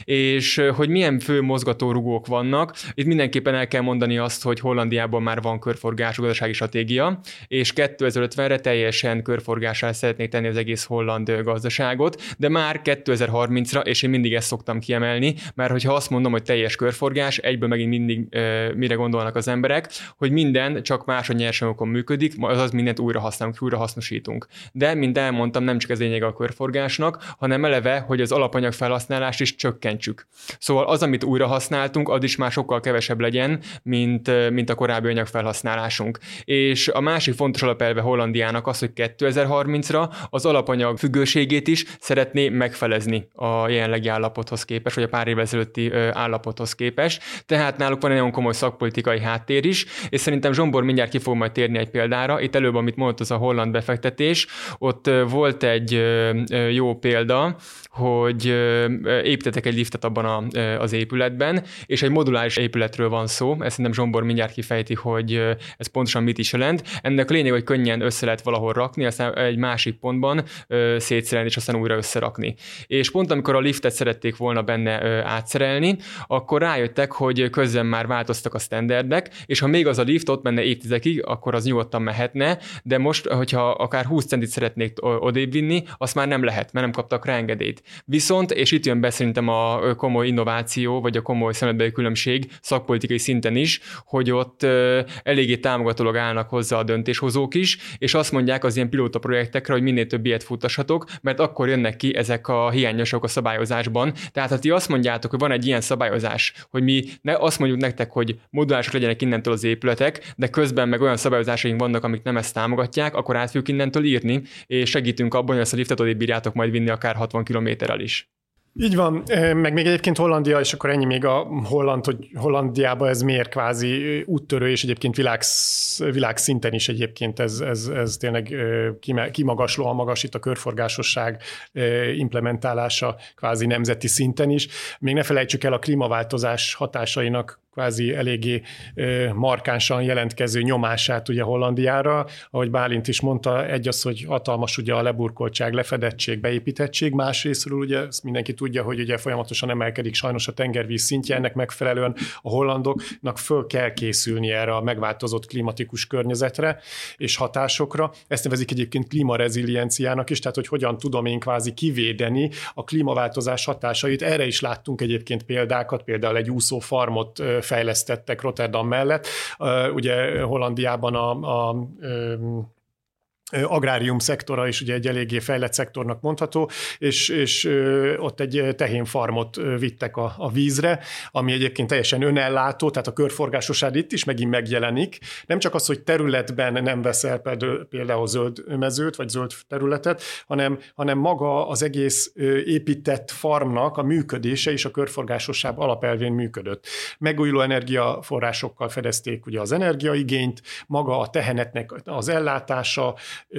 S2: És hogy milyen fő mozgatórugók vannak, itt mindenképpen el kell mondani azt, hogy Hollandiában már van körforgású gazdasági stratégia, és 2050-re teljesen körforgásá szeretnék tenni az egész holland gazdaságot, de már 2030-ra, és én mindig ezt szoktam kiemelni, mert hogyha azt mondom, hogy teljes körforgás, egyből megint mindig mire gondolnak az emberek, hogy minden csak másod nyersanyagokon működik, azaz mindent újra használunk, újra hasznosítunk. De, mint elmondtam, nem csak ez lényege a körforgásnak, hanem eleve, hogy az alapanyag felhasználást is csökkentsük. Szóval az, amit újra használtunk, az is már sokkal kevesebb legyen, mint a korábbi anyagfelhasználásunk. És a másik fontos alapelve Hollandiának az, hogy 2030-ra az alapanyag függőségét is szeretné megfelezni a jelenlegi állapothoz képest, vagy a pár évvel ezelőtti állapothoz képest. Tehát náluk van egy nagyon komoly szakpolitikai háttér is, és szerintem Zsombor mindjárt ki fog majd térni egy példára. Itt előbb, amit mondott, az a holland befektetés, ott volt egy jó példa, hogy építettek egy liftet abban az épületben, és egy moduláris épületről van szó. Ezt szerintem Zsombor mindjárt kifejti, hogy ez pontosan mit is jelent. Ennek a lényeg, hogy könnyen össze lehet valahol rakni, aztán egy másik időpontban szétszerelni és aztán újra összerakni. És pont amikor a liftet szerették volna benne átszerelni, akkor rájöttek, hogy közben már változtak a standardek, és ha még az a lift ott menne évtizedekig, akkor az nyugodtan mehetne, de most, hogyha akár 20 centit szeretnék odébb vinni, azt már nem lehet, mert nem kaptak rá engedélyt. Viszont, és itt jön be szerintem a komoly innováció, vagy a komoly szemletbeli különbség szakpolitikai szinten is, hogy ott eléggé támogatólag állnak hozzá a döntéshozók is, és azt mondják az ilyen pilóta projektekre, hogy minél több ilyet futtassatok, mert akkor jönnek ki ezek a hiányosok a szabályozásban. Tehát ha ti azt mondjátok, hogy van egy ilyen szabályozás, hogy mi azt mondjuk nektek, hogy modulárosok legyenek innentől az épületek, de közben meg olyan szabályozásaink vannak, amik nem ezt támogatják, akkor át fogjuk innentől írni, és segítünk abban, hogy ezt a liftet odébb bírjátok majd vinni akár 60 kilométerrel is.
S3: Így van, meg még egyébként Hollandia, és akkor ennyi még a holland, hogy Hollandiában ez miért kvázi úttörő, és egyébként világszinten is egyébként ez tényleg kimagaslóan magas itt a körforgásosság implementálása kvázi nemzeti szinten is. Még ne felejtsük el a klímaváltozás hatásainak kvázi eléggé markánsan jelentkező nyomását ugye Hollandiára, ahogy Bálint is mondta, egy az, hogy hatalmas ugye a leburkoltság, lefedettség, beépítettség, másrésztről ugye ezt mindenki tudja, hogy ugye folyamatosan emelkedik sajnos a tengervíz szintje, ennek megfelelően a hollandoknak föl kell készülni erre a megváltozott klimatikus környezetre és hatásokra. Ezt nevezik egyébként klímarezilienciának is, tehát hogy hogyan tudom én kvázi kivédeni a klímaváltozás hatásait. Erre is láttunk egyébként példákat, például egy úszófarmot fejlesztettek Rotterdam mellett. Ugye Hollandiában a agrárium szektora is ugye egy eléggé fejlett szektornak mondható, és ott egy tehénfarmot vittek a vízre, ami egyébként teljesen önellátó, tehát a körforgásosság itt is megint megjelenik. Nem csak az, hogy területben nem veszel például zöld mezőt, vagy zöld területet, hanem maga az egész épített farmnak a működése is a körforgásosság alapelvén működött. Megújuló energiaforrásokkal fedezték ugye az energiaigényt, maga a tehenetnek az ellátása,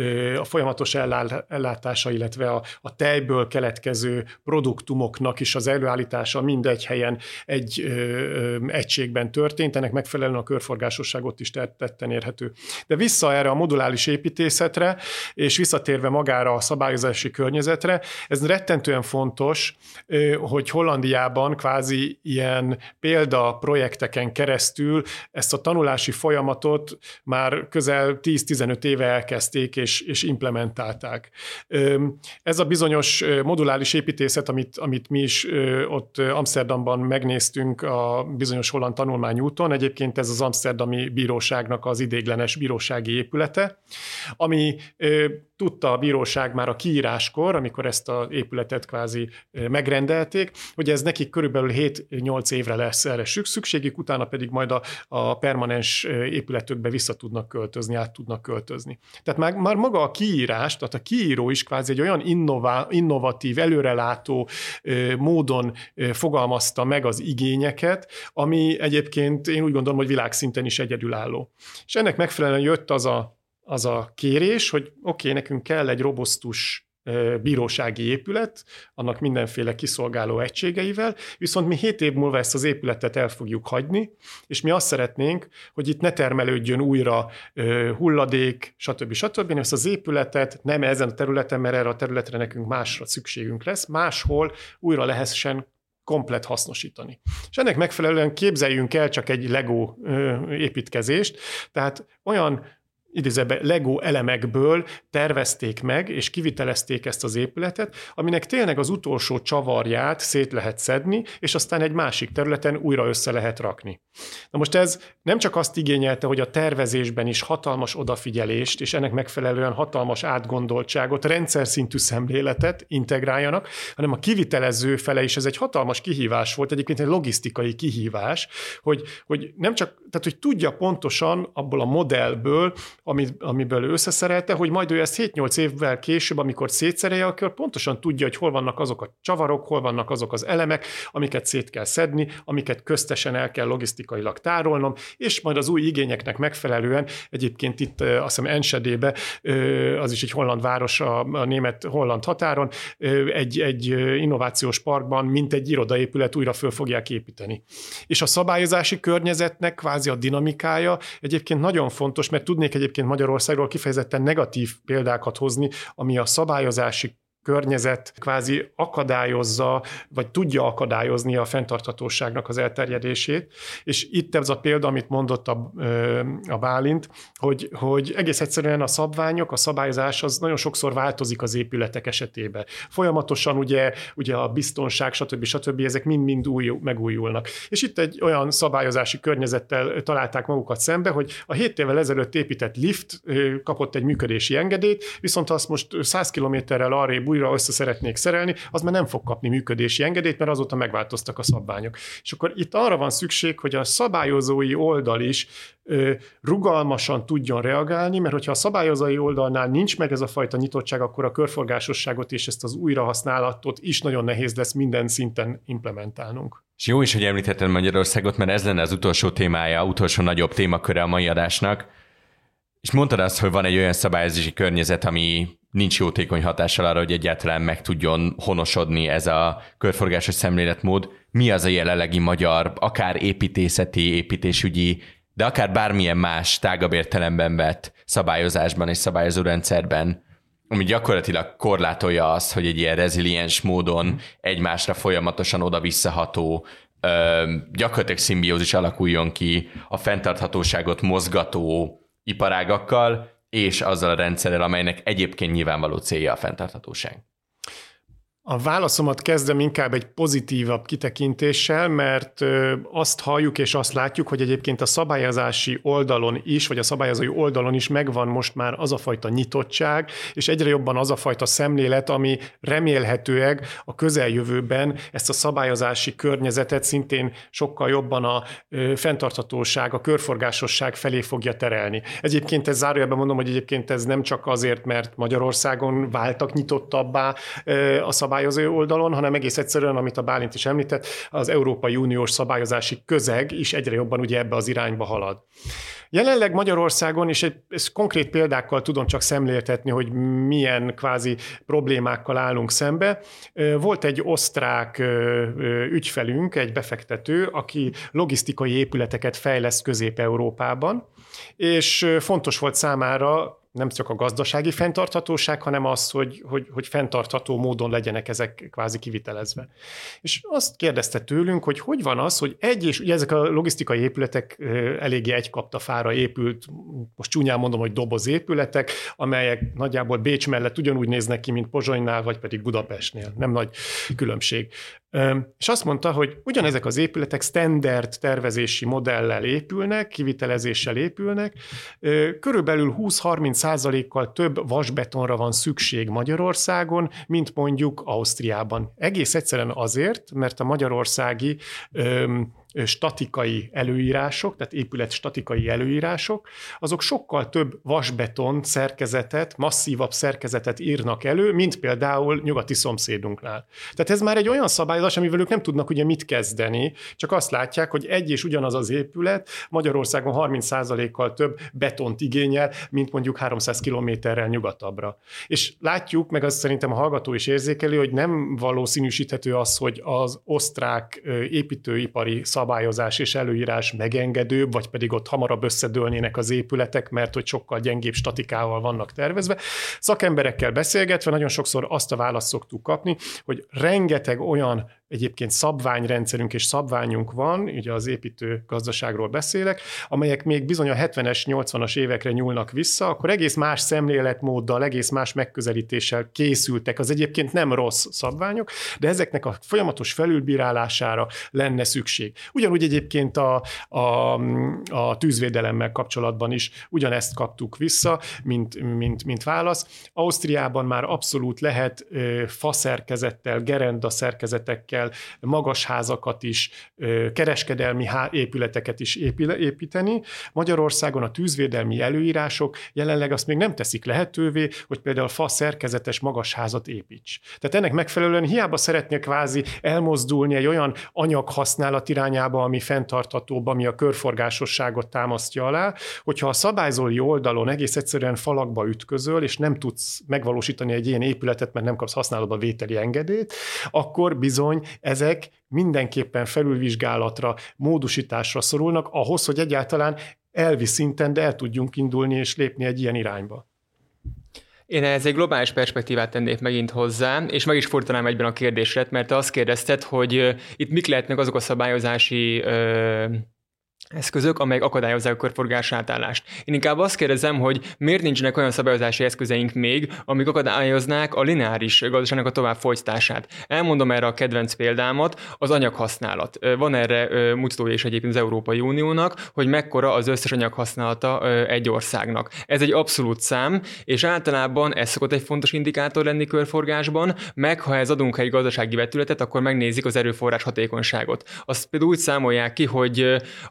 S3: a folyamatos ellátása, illetve a tejből keletkező produktumoknak is az előállítása mindegy helyen egy egységben történt, ennek megfelelően a körforgásosság ott is tetten érhető. De vissza erre a moduláris építészetre, és visszatérve magára a szabályozási környezetre, ez rettentően fontos, hogy Hollandiában kvázi ilyen példaprojekteken keresztül ezt a tanulási folyamatot már közel 10-15 éve elkezdték, és implementálták. Ez a bizonyos moduláris építészet, amit mi is ott Amsterdamban megnéztünk a bizonyos holland tanulmányúton, egyébként ez az amszterdami bíróságnak az ideiglenes bírósági épülete, ami tudta a bíróság már a kiíráskor, amikor ezt az épületet kvázi megrendelték, hogy ez nekik körülbelül 7-8 évre lesz erre szükségük, utána pedig majd a permanens épületükbe vissza tudnak költözni, át tudnak költözni. Tehát már maga a kiírás, tehát a kiíró is kvázi egy olyan innovatív, előrelátó módon fogalmazta meg az igényeket, ami egyébként én úgy gondolom, hogy világszinten is egyedülálló. És ennek megfelelően jött az a kérés, hogy oké, nekünk kell egy robusztus bírósági épület, annak mindenféle kiszolgáló egységeivel, viszont mi 7 év múlva ezt az épületet el fogjuk hagyni, és mi azt szeretnénk, hogy itt ne termelődjön újra hulladék, stb. Ezt az épületet nem ezen a területen, mert erre a területre nekünk másra szükségünk lesz, máshol újra lehessen komplet hasznosítani. És ennek megfelelően képzeljünk el csak egy Lego építkezést, tehát olyan idézőben Lego elemekből tervezték meg, és kivitelezték ezt az épületet, aminek tényleg az utolsó csavarját szét lehet szedni, és aztán egy másik területen újra össze lehet rakni. Na most ez nem csak azt igényelte, hogy a tervezésben is hatalmas odafigyelést, és ennek megfelelően hatalmas átgondoltságot, rendszer szintű szemléletet integráljanak, hanem a kivitelező fele is ez egy hatalmas kihívás volt, egyébként egy logisztikai kihívás, hogy nem csak, tehát hogy tudja pontosan abból a modellből, amiből ő összeszerelte, hogy majd ő ezt 7-8 évvel később, amikor szétszerelje, akkor pontosan tudja, hogy hol vannak azok a csavarok, hol vannak azok az elemek, amiket szét kell szedni, amiket köztesen el kell logisztikailag tárolnom, és majd az új igényeknek megfelelően, egyébként itt azt hiszem Enschede-be, az is egy holland város a német-holland határon, egy innovációs parkban, mint egy irodaépület újra föl fogják építeni. És a szabályozási környezetnek kvázi a dinamikája egyébként nagyon fontos, mert tudnék egyébként egyébként Magyarországról kifejezetten negatív példákat hozni, ami a szabályozási környezet kvázi akadályozza, vagy tudja akadályozni a fenntarthatóságnak az elterjedését. És itt ez a példa, amit mondott a Bálint, hogy egész egyszerűen a szabványok, a szabályozás az nagyon sokszor változik az épületek esetében. Folyamatosan ugye a biztonság, stb. Ezek mind megújulnak. És itt egy olyan szabályozási környezettel találták magukat szembe, hogy a 7 évvel ezelőtt épített lift kapott egy működési engedélyt, viszont azt most 100 kilométerrel arrébb újra össze szeretnék szerelni, az már nem fog kapni működési engedélyt, mert azóta megváltoztak a szabványok. És akkor itt arra van szükség, hogy a szabályozói oldal is rugalmasan tudjon reagálni, mert hogyha a szabályozói oldalnál nincs meg ez a fajta nyitottság, akkor a körforgásosságot és ezt az újrahasználatot is nagyon nehéz lesz minden szinten implementálnunk.
S1: És jó is, hogy említetted Magyarországot, mert ez lenne az utolsó témája, utolsó nagyobb témaköre a mai adásnak. És mondtad azt, hogy van egy olyan szabályozási környezet, ami nincs jótékony hatással arra, hogy egyáltalán meg tudjon honosodni ez a körforgásos szemléletmód. Mi az a jelenlegi magyar, akár építészeti, építésügyi, de akár bármilyen más tágabb értelemben vett szabályozásban és szabályozórendszerben, ami gyakorlatilag korlátolja azt, hogy egy ilyen reziliens módon egymásra folyamatosan oda-visszaható, gyakorlatilag szimbiózis alakuljon ki a fenntarthatóságot mozgató iparágakkal, és azzal a rendszerrel, amelynek egyébként nyilvánvaló célja a fenntarthatóság.
S3: A válaszomat kezdem inkább egy pozitívabb kitekintéssel, mert azt halljuk és azt látjuk, hogy egyébként a szabályozási oldalon is, vagy a szabályozói oldalon is megvan most már az a fajta nyitottság, és egyre jobban az a fajta szemlélet, ami remélhetőleg a közeljövőben ezt a szabályozási környezetet szintén sokkal jobban a fenntarthatóság, a körforgásosság felé fogja terelni. Egyébként ez zárójelben mondom, hogy egyébként ez nem csak azért, mert Magyarországon váltak nyitottabbá a szabályozói oldalon, hanem egész egyszerűen, amit a Bálint is említett, az Európai Uniós szabályozási közeg is egyre jobban ugye ebbe az irányba halad. Jelenleg Magyarországon, és ezt konkrét példákkal tudom csak szemléltetni, hogy milyen kvázi problémákkal állunk szembe. Volt egy osztrák ügyfelünk, egy befektető, aki logisztikai épületeket fejleszt Közép-Európában, és fontos volt számára nem csak a gazdasági fenntarthatóság, hanem az, hogy fenntartható módon legyenek ezek kvázi kivitelezve. És azt kérdezte tőlünk, hogy van az, hogy és ugye ezek a logisztikai épületek eléggé egykaptafára épült, most csúnyán mondom, hogy dobozépületek, amelyek nagyjából Bécs mellett ugyanúgy néznek ki, mint Pozsonynál, vagy pedig Budapestnél. Nem nagy különbség. És azt mondta, hogy ugyanezek az épületek standard tervezési modellel épülnek, kivitelezéssel épülnek, körülbelül 20-30%-kal több vasbetonra van szükség Magyarországon, mint mondjuk Ausztriában. Egész egyszerűen azért, mert a magyarországi statikai előírások, tehát épület statikai előírások, azok sokkal több vasbeton szerkezetet, masszívabb szerkezetet írnak elő, mint például nyugati szomszédunknál. Tehát ez már egy olyan szabályozás, amivel ők nem tudnak ugye mit kezdeni, csak azt látják, hogy egy és ugyanaz az épület Magyarországon 30%-kal több betont igényel, mint mondjuk 300 kilométerrel nyugatabbra. És látjuk, meg azt szerintem a hallgató is érzékeli, hogy nem valószínűsíthető az, hogy az osztrák építőipari szabályozás és előírás megengedőbb, vagy pedig ott hamarabb összedőlnének az épületek, mert hogy sokkal gyengébb statikával vannak tervezve. Szakemberekkel beszélgetve nagyon sokszor azt a választ szoktuk kapni, hogy rengeteg olyan egyébként szabványrendszerünk és szabványunk van, ugye az építő gazdaságról beszélek, amelyek még bizony a 70-es, 80-as évekre nyúlnak vissza, akkor egész más szemléletmóddal, egész más megközelítéssel készültek. Az egyébként nem rossz szabványok, de ezeknek a folyamatos felülbírálására lenne szükség. Ugyanúgy egyébként a tűzvédelemmel kapcsolatban is ugyanezt kaptuk vissza, mint válasz. Ausztriában már abszolút lehet faszerkezettel, gerenda szerkezetekkel, magas házakat is, kereskedelmi épületeket is építeni. Magyarországon a tűzvédelmi előírások jelenleg azt még nem teszik lehetővé, hogy például fa szerkezetes magas házat építs. Tehát ennek megfelelően hiába szeretnél kvázi elmozdulni egy olyan anyaghasználat irányába, ami fenntarthatóbb, ami a körforgásosságot támasztja alá, hogyha a szabályzói oldalon egész egyszerűen falakba ütközöl, és nem tudsz megvalósítani egy ilyen épületet, mert nem kapsz használatba vételi engedélyt, akkor bizony ezek mindenképpen felülvizsgálatra, módosításra szorulnak ahhoz, hogy egyáltalán elvi szinten, de el tudjunk indulni és lépni egy ilyen irányba.
S2: Én ehhez egy globális perspektívát tennék megint hozzá, és meg is fordítanám egyben a kérdésre, mert te azt kérdezted, hogy itt mik lehetnek azok a szabályozási eszközök, amelyek akadályozzák a körforgás átállást. Én inkább azt kérdezem, hogy miért nincsenek olyan szabályozási eszközeink még, amik akadályoznák a lineáris gazdaságnak a tovább folytatását. Elmondom erre a kedvenc példámat, az anyaghasználat. Van erre mutatója is egyébként az Európai Uniónak, hogy mekkora az összes anyaghasználata egy országnak. Ez egy abszolút szám, és általában ez szokott egy fontos indikátor lenni körforgásban, meg ha ez adunk egy gazdasági vetületet, akkor megnézik az erőforrás hatékonyságot. Azt például úgy számolják ki, hogy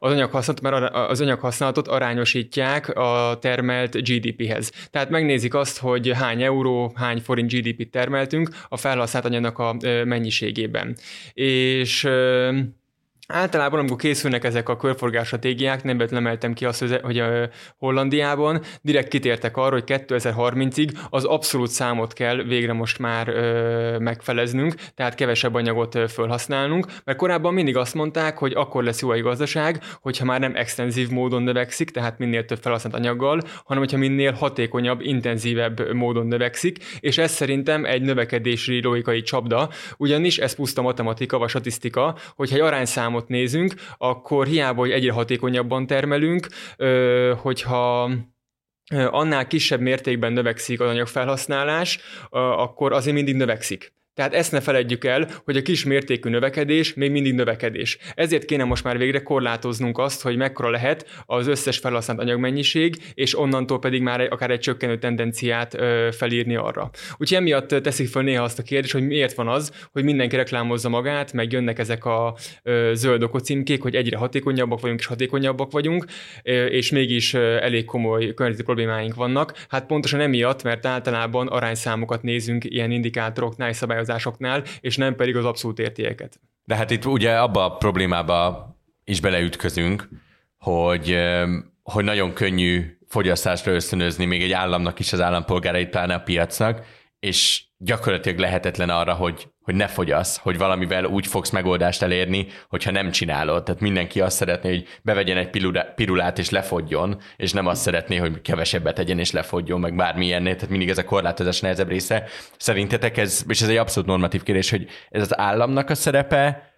S2: az anyaghasználatot arányosítják a termelt GDP-hez. Tehát megnézik azt, hogy hány euró, hány forint GDP-t termeltünk a felhasznált anyagnak a mennyiségében. És általában, amikor készülnek ezek a körforgás stratégiák, nem emeltem ki azt, hogy a Hollandiában direkt kitértek arra, hogy 2030-ig az abszolút számot kell végre most már megfeleznünk, tehát kevesebb anyagot felhasználnunk, mert korábban mindig azt mondták, hogy akkor lesz jó egy gazdaság, hogyha már nem extenzív módon növekszik, tehát minél több felhasznált anyaggal, hanem hogyha minél hatékonyabb, intenzívebb módon növekszik, és ez szerintem egy növekedési logikai csapda, ugyanis ez puszta matematika vagy statisztika, hogyha egy arányszámot nézünk, akkor hiába, hogy egyre hatékonyabban termelünk, hogyha annál kisebb mértékben növekszik az anyagfelhasználás, akkor azért mindig növekszik. Tehát ezt ne feledjük el, hogy a kis mértékű növekedés még mindig növekedés. Ezért kéne most már végre korlátoznunk azt, hogy mekkora lehet az összes felhasznált anyagmennyiség, és onnantól pedig már akár egy csökkenő tendenciát felírni arra. Úgyhogy emiatt teszik föl néha azt a kérdést, hogy miért van az, hogy mindenki reklámozza magát, meg jönnek ezek a zöld okocímkék, hogy egyre hatékonyabbak vagyunk és hatékonyabbak vagyunk, és mégis elég komoly környezeti problémáink vannak. Hát pontosan emiatt, mert általában arányszámokat nézünk ilyen indikátoroknál és szabályozásoknál, és nem pedig az abszolút értékeket.
S1: De hát itt ugye abba a problémába is beleütközünk, hogy nagyon könnyű fogyasztásra ösztönözni még egy államnak is az állampolgárait, pláne a piacnak, és gyakorlatilag lehetetlen arra, hogy ne fogyasz, hogy valamivel úgy fogsz megoldást elérni, hogyha nem csinálod. Tehát mindenki azt szeretné, hogy bevegyen egy pirulát és lefogjon, és nem azt szeretné, hogy kevesebbet tegyen és lefogjon, meg bármilyennél. Tehát mindig ez a korlátozás nehezebb része. Szerintetek ez, és ez egy abszolút normatív kérdés, hogy ez az államnak a szerepe,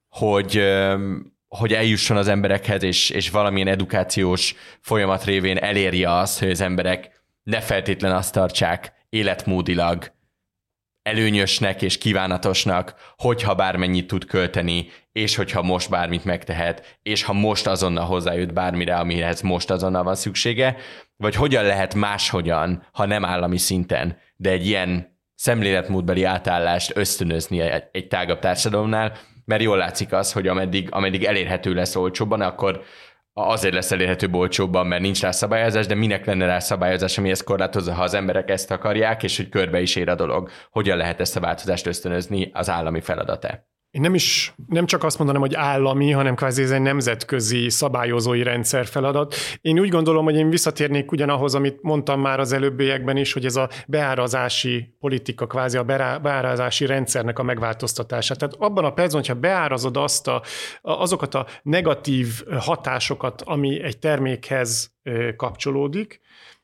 S1: hogy eljusson az emberekhez, és valamilyen edukációs folyamat révén elérje azt, hogy az emberek ne feltétlen azt tartsák életmódilag előnyösnek és kívánatosnak, hogyha bármennyit tud költeni, és hogyha most bármit megtehet, és ha most azonnal hozzájut bármire, amihez most azonnal van szüksége, vagy hogyan lehet máshogyan, ha nem állami szinten, de egy ilyen szemléletmódbeli átállást ösztönözni egy tágabb társadalomnál, mert jól látszik az, hogy ameddig elérhető lesz olcsóbban, akkor azért lesz elérhető olcsóbban, mert nincs rá szabályozás, de minek lenne rá szabályozás, ami ezt korlátozza, ha az emberek ezt akarják, és hogy körbe is ér a dolog. Hogyan lehet ezt a változást ösztönözni, az állami feladata?
S3: Én nem csak azt mondanám, hogy állami, hanem kvázi ez egy nemzetközi szabályozói rendszer feladat. Én úgy gondolom, hogy én visszatérnék ugyanahoz, amit mondtam már az előbbiekben is, hogy ez a beárazási politika, kvázi a beárazási rendszernek a megváltoztatása. Tehát abban a percben, hogyha beárazod azokat a negatív hatásokat, ami egy termékhez kapcsolódik,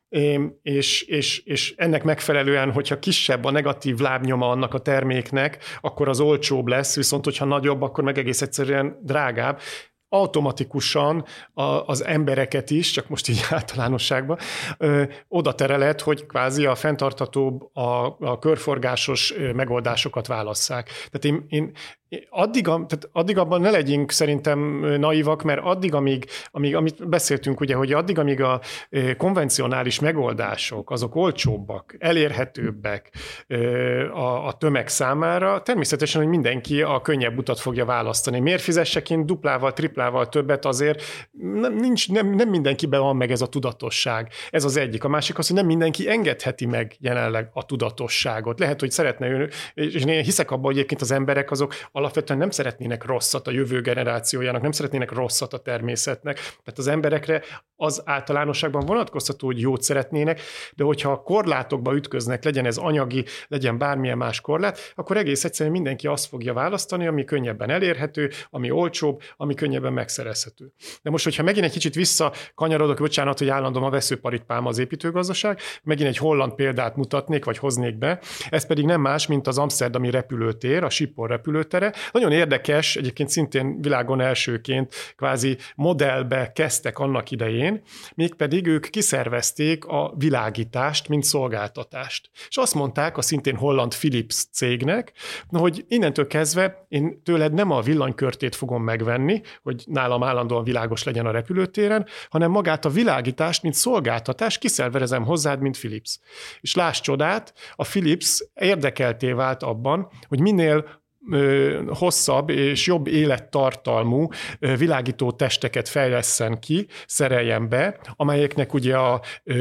S3: és ennek megfelelően, hogyha kisebb a negatív lábnyoma annak a terméknek, akkor az olcsóbb lesz, viszont hogyha nagyobb, akkor meg egész egyszerűen drágább. Automatikusan az embereket is, csak most így általánosságban, oda tereled, hogy kvázi a fenntarthatóbb, a körforgásos megoldásokat válasszák. Tehát addig abban ne legyünk szerintem naivak, mert addig, amit beszéltünk, ugye, hogy addig, amíg a konvencionális megoldások, azok olcsóbbak, elérhetőbbek a tömeg számára, természetesen, hogy mindenki a könnyebb utat fogja választani. Miért fizessek én duplával, triplával többet azért? Nem mindenkiben van meg ez a tudatosság. Ez az egyik. A másik az, hogy nem mindenki engedheti meg jelenleg a tudatosságot. Lehet, hogy szeretne ő, és én hiszek abban, hogy egyébként az emberek azok alapvetően nem szeretnének rosszat a jövő generációjának, nem szeretnének rosszat a természetnek. Tehát az emberekre az általánosságban vonatkoztató, hogy jót szeretnének, de hogyha a korlátokba ütköznek, legyen ez anyagi, legyen bármilyen más korlát, akkor egész egyszerűen mindenki azt fogja választani, ami könnyebben elérhető, ami olcsóbb, ami könnyebben megszerezhető. De most, hogyha megint egy kicsit visszakanyarodok, bocsánat, hogy állandóan a veszőparipám az építőgazdaság, megint egy holland példát mutatnék, vagy hoznék be, ez pedig nem más, mint az amszterdami repülőtér, a Schiphol repülőtere. Nagyon érdekes, egyébként szintén világon elsőként kvázi modellbe kezdtek annak idején, mégpedig ők kiszervezték a világítást, mint szolgáltatást. És azt mondták a szintén holland Philips cégnek, hogy innentől kezdve én tőled nem a villanykörtét fogom megvenni, hogy nálam állandóan világos legyen a repülőtéren, hanem magát a világítást, mint szolgáltatást kiszervezem hozzád, mint Philips. És láss csodát, a Philips érdekelté vált abban, hogy minél hosszabb és jobb élettartalmú világító testeket fejlesszen ki, szereljen be, amelyeknek ugye a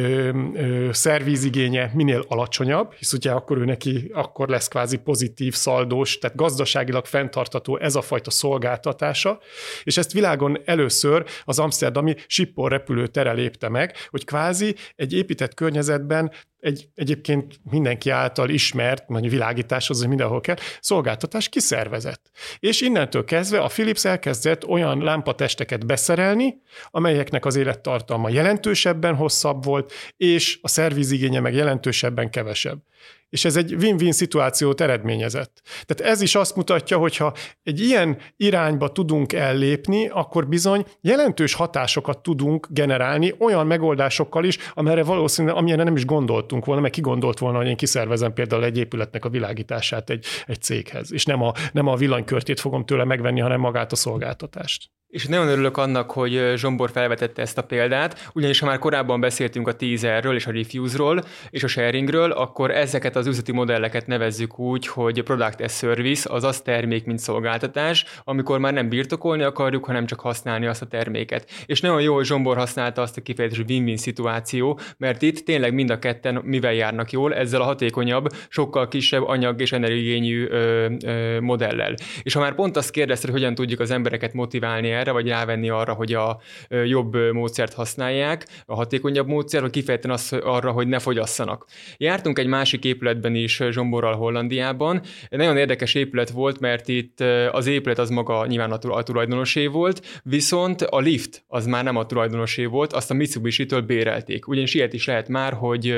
S3: szervízigénye minél alacsonyabb, hisz ugye akkor ő neki akkor lesz kvázi pozitív szaldós, tehát gazdaságilag fenntartható ez a fajta szolgáltatása, és ezt világon először az amszterdami Schiphol repülőtere lépte meg, hogy kvázi egy épített környezetben egyébként mindenki által ismert, vagy világításhoz, hogy mindenhol kell, szolgáltatás kiszervezett. És innentől kezdve a Philips elkezdett olyan lámpatesteket beszerelni, amelyeknek az élettartalma jelentősebben hosszabb volt, és a szervízigénye meg jelentősebben kevesebb. És ez egy win-win szituációt eredményezett. Tehát ez is azt mutatja, hogy ha egy ilyen irányba tudunk ellépni, akkor bizony jelentős hatásokat tudunk generálni olyan megoldásokkal is, amelyre valószínűleg, amilyenre nem is gondoltunk volna, meg ki gondolt volna, hogy én kiszervezem például egy épületnek a világítását egy céghez. És nem a villanykörtét fogom tőle megvenni, hanem magát a szolgáltatást.
S2: És nagyon örülök annak, hogy Zsombor felvetette ezt a példát, ugyanis ha már korábban beszéltünk a teaserről és a refuse-ról és a sharingről, akkor ezeket az üzleti modelleket nevezzük úgy, hogy product as service, azaz termék mint szolgáltatás, amikor már nem birtokolni akarjuk, hanem csak használni azt a terméket. És nagyon jó, hogy Zsombor használta azt a kifejezést, win-win szituáció, mert itt tényleg mind a ketten mivel járnak jól, ezzel a hatékonyabb, sokkal kisebb anyag és energiaigényű modellel. És ha már pont azt kérdezted, hogy hogyan tudjuk az embereket motiválni erre, vagy rávenni arra, hogy a jobb módszert használják, a hatékonyabb módszer, vagy kifejezetten arra, hogy ne fogyasszanak. Jártunk egy másik épületben is Zsomborral Hollandiában. Egy nagyon érdekes épület volt, mert itt az épület az maga nyilván a tulajdonosé volt, viszont a lift az már nem a tulajdonosé volt, azt a Mitsubishi-től bérelték. Ugyanis ilyet is lehet már, hogy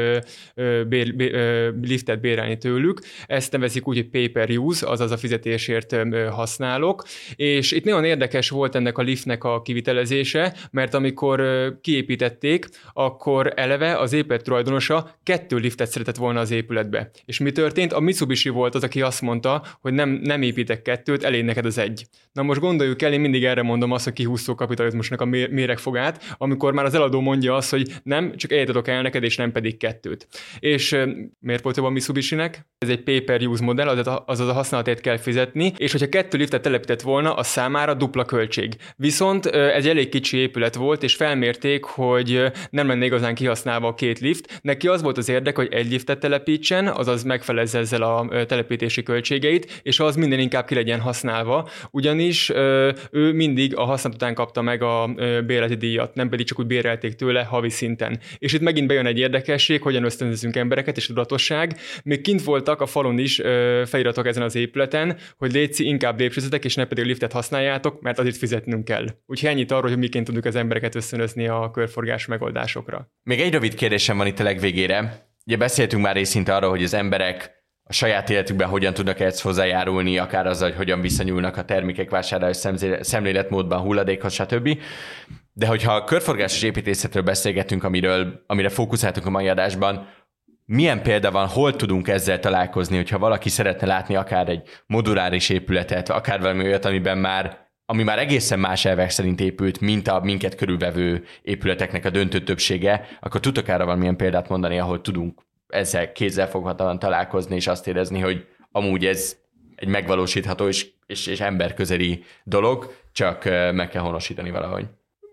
S2: liftet bérelni tőlük. Ezt nevezik úgy, hogy pay-per-use, azaz a fizetésért használok. És itt nagyon érdekes volt ennek a liftnek a kivitelezése, mert amikor kiépítették, akkor eleve az épület tulajdonosa 2 liftet szeretett volna az épületbe. És mi történt? A Mitsubishi volt az, aki azt mondta, hogy nem építek 2, elég neked az 1. Na most gondoljuk el, én mindig erre mondom azt, hogy kihúzó kapitalizmusnak a méregfogát, amikor már az eladó mondja azt, hogy nem, csak 1 adok el neked, és nem pedig 2. És miért volt jobb a Mitsubishi-nek? Ez egy pay-per-use modell, azaz a használatért kell fizetni, és hogyha 2 liftet telepített volna, az számára dupla költség. Viszont ez elég kicsi épület volt, és felmérték, hogy nem lenne igazán kihasználva a 2 lift. Neki az volt az érdek, hogy 1 liftet telepítsen, azaz megfelezze ezzel a telepítési költségeit, és az minden inkább ki legyen használva, ugyanis ő mindig a használat után kapta meg a bérleti díjat, nem pedig csak úgy bérelték tőle havi szinten. És itt megint bejön egy érdekesség, hogyan ösztönzünk embereket, és tudatosság. Még kint voltak a falon is feliratok ezen az épületen, hogy létszi, inkább lépcsőzetek, és ne pedig a liftet használjátok, mert azért fizetnünk kell. Úgyhogy ennyit arról, hogy miként tudjuk az embereket ösztönözni a körforgás megoldásokra.
S1: Még egy rövid kérdésem van itt a legvégére. Ugye beszéltünk már részinte arról, hogy az emberek a saját életükben hogyan tudnak ehhez hozzájárulni, akár azzal, hogy hogyan viszonyulnak a termékek vásárlás szemléletmódban, hulladékhoz, stb. De hogyha a körforgásos építészetről beszélgetünk, amire fókuszáltunk a mai adásban, milyen példa van, hol tudunk ezzel találkozni, hogyha valaki szeretne látni akár egy moduláris épületet, akár valami olyat, ami már egészen más elvek szerint épült, mint a minket körülvevő épületeknek a döntő többsége, akkor tudok arra valamilyen példát mondani, ahol tudunk ezzel kézzelfoghatóan találkozni, és azt érezni, hogy amúgy ez egy megvalósítható és emberközeli dolog, csak meg kell honosítani valahogy.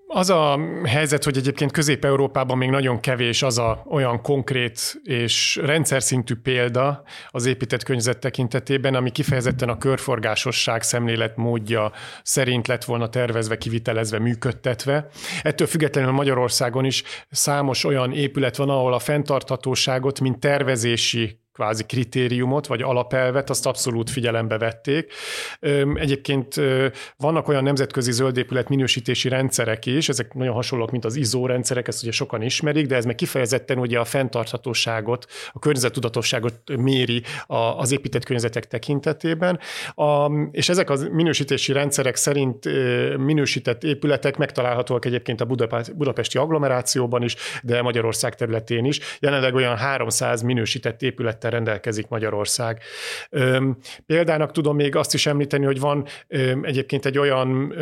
S3: Az a helyzet, hogy egyébként Közép-Európában még nagyon kevés az olyan konkrét és rendszer szintű példa az épített környezet tekintetében, ami kifejezetten a körforgásosság szemléletmódja szerint lett volna tervezve, kivitelezve, működtetve. Ettől függetlenül Magyarországon is számos olyan épület van, ahol a fenntarthatóságot, mint tervezési kvázi kritériumot, vagy alapelvet, azt abszolút figyelembe vették. Egyébként vannak olyan nemzetközi zöldépület minősítési rendszerek is, ezek nagyon hasonlók, mint az ISO rendszerek, ezt ugye sokan ismerik, de ez meg kifejezetten ugye a fenntarthatóságot, a környezettudatosságot méri az épített környezetek tekintetében. És ezek a minősítési rendszerek szerint minősített épületek megtalálhatóak egyébként a budapesti agglomerációban is, de Magyarország területén is. Jelenleg olyan 300 minősített épülettel rendelkezik Magyarország. Példának tudom még azt is említeni, hogy van egyébként egy olyan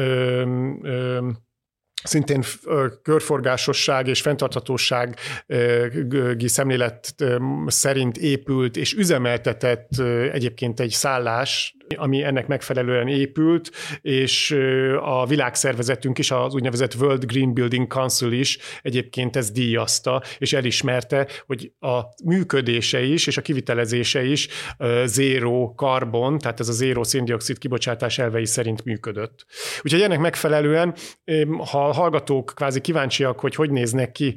S3: szintén körforgásosság és fenntarthatósági szemlélet szerint épült és üzemeltetett egyébként egy szállás, ami ennek megfelelően épült, és a világszervezetünk is, az úgynevezett World Green Building Council is egyébként ezt díjazta, és elismerte, hogy a működése is, és a kivitelezése is zéró karbon, tehát ez a zéró széndioxid kibocsátás elvei szerint működött. Úgyhogy ennek megfelelően, ha a hallgatók kvázi kíváncsiak, hogy néznek ki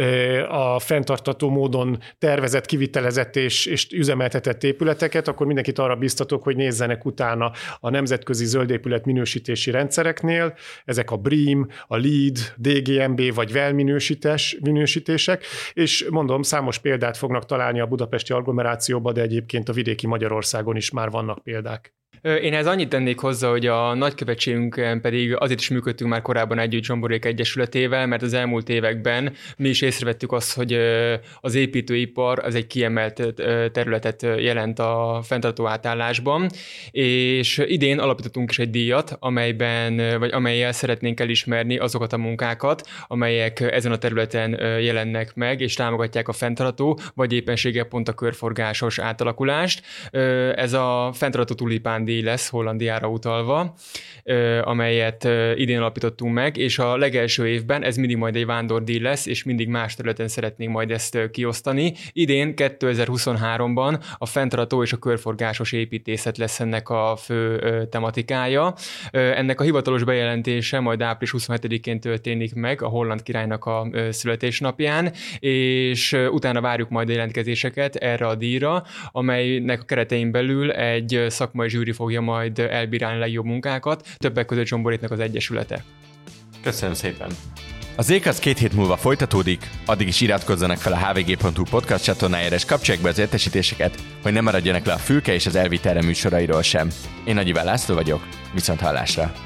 S3: a fenntartható módon tervezett, kivitelezett és üzemeltetett épületeket, akkor mindenkit arra biztatok, hogy nézzenek utána a nemzetközi zöldépület minősítési rendszereknél, ezek a BREEAM, a LEED, DGNB vagy WELL minősítések, és mondom, számos példát fognak találni a budapesti agglomerációban, de egyébként a vidéki Magyarországon is már vannak példák.
S2: Én ehhez annyit tennék hozzá, hogy a nagykövetségünkön pedig azért is működtünk már korábban együtt Zsomborék Egyesületével, mert az elmúlt években mi is észrevettük azt, hogy az építőipar az egy kiemelt területet jelent a fenntartható átállásban, és idén alapítottunk is egy díjat, amellyel szeretnénk elismerni azokat a munkákat, amelyek ezen a területen jelennek meg, és támogatják a fenntartható, vagy éppenséggel pont a körforgásos átalakulást. Ez a fenntartható tulipán díj lesz, Hollandiára utalva, amelyet idén alapítottunk meg, és a legelső évben ez mindig majd egy vándordíj lesz, és mindig más területen szeretnénk majd ezt kiosztani. Idén 2023-ban a fenntartható és a körforgásos építészet lesz ennek a fő tematikája. Ennek a hivatalos bejelentése majd április 27-én történik meg, a holland királynak a születésnapján, és utána várjuk majd a jelentkezéseket erre a díjra, amelynek a keretein belül egy szakmai zsűri fogja majd elbírálni legjobb munkákat, többek között Zsomboréknak az Egyesülete.
S1: Köszönöm szépen! Az Ékasz 2 hét múlva folytatódik, addig is iratkozzanak fel a hvg.hu podcast csatornájára, és kapcsolják be az értesítéseket, hogy ne maradjanak le a Fülke és az Elvitelre műsorairól sem. Én Nagy Iván László vagyok, viszont hallásra!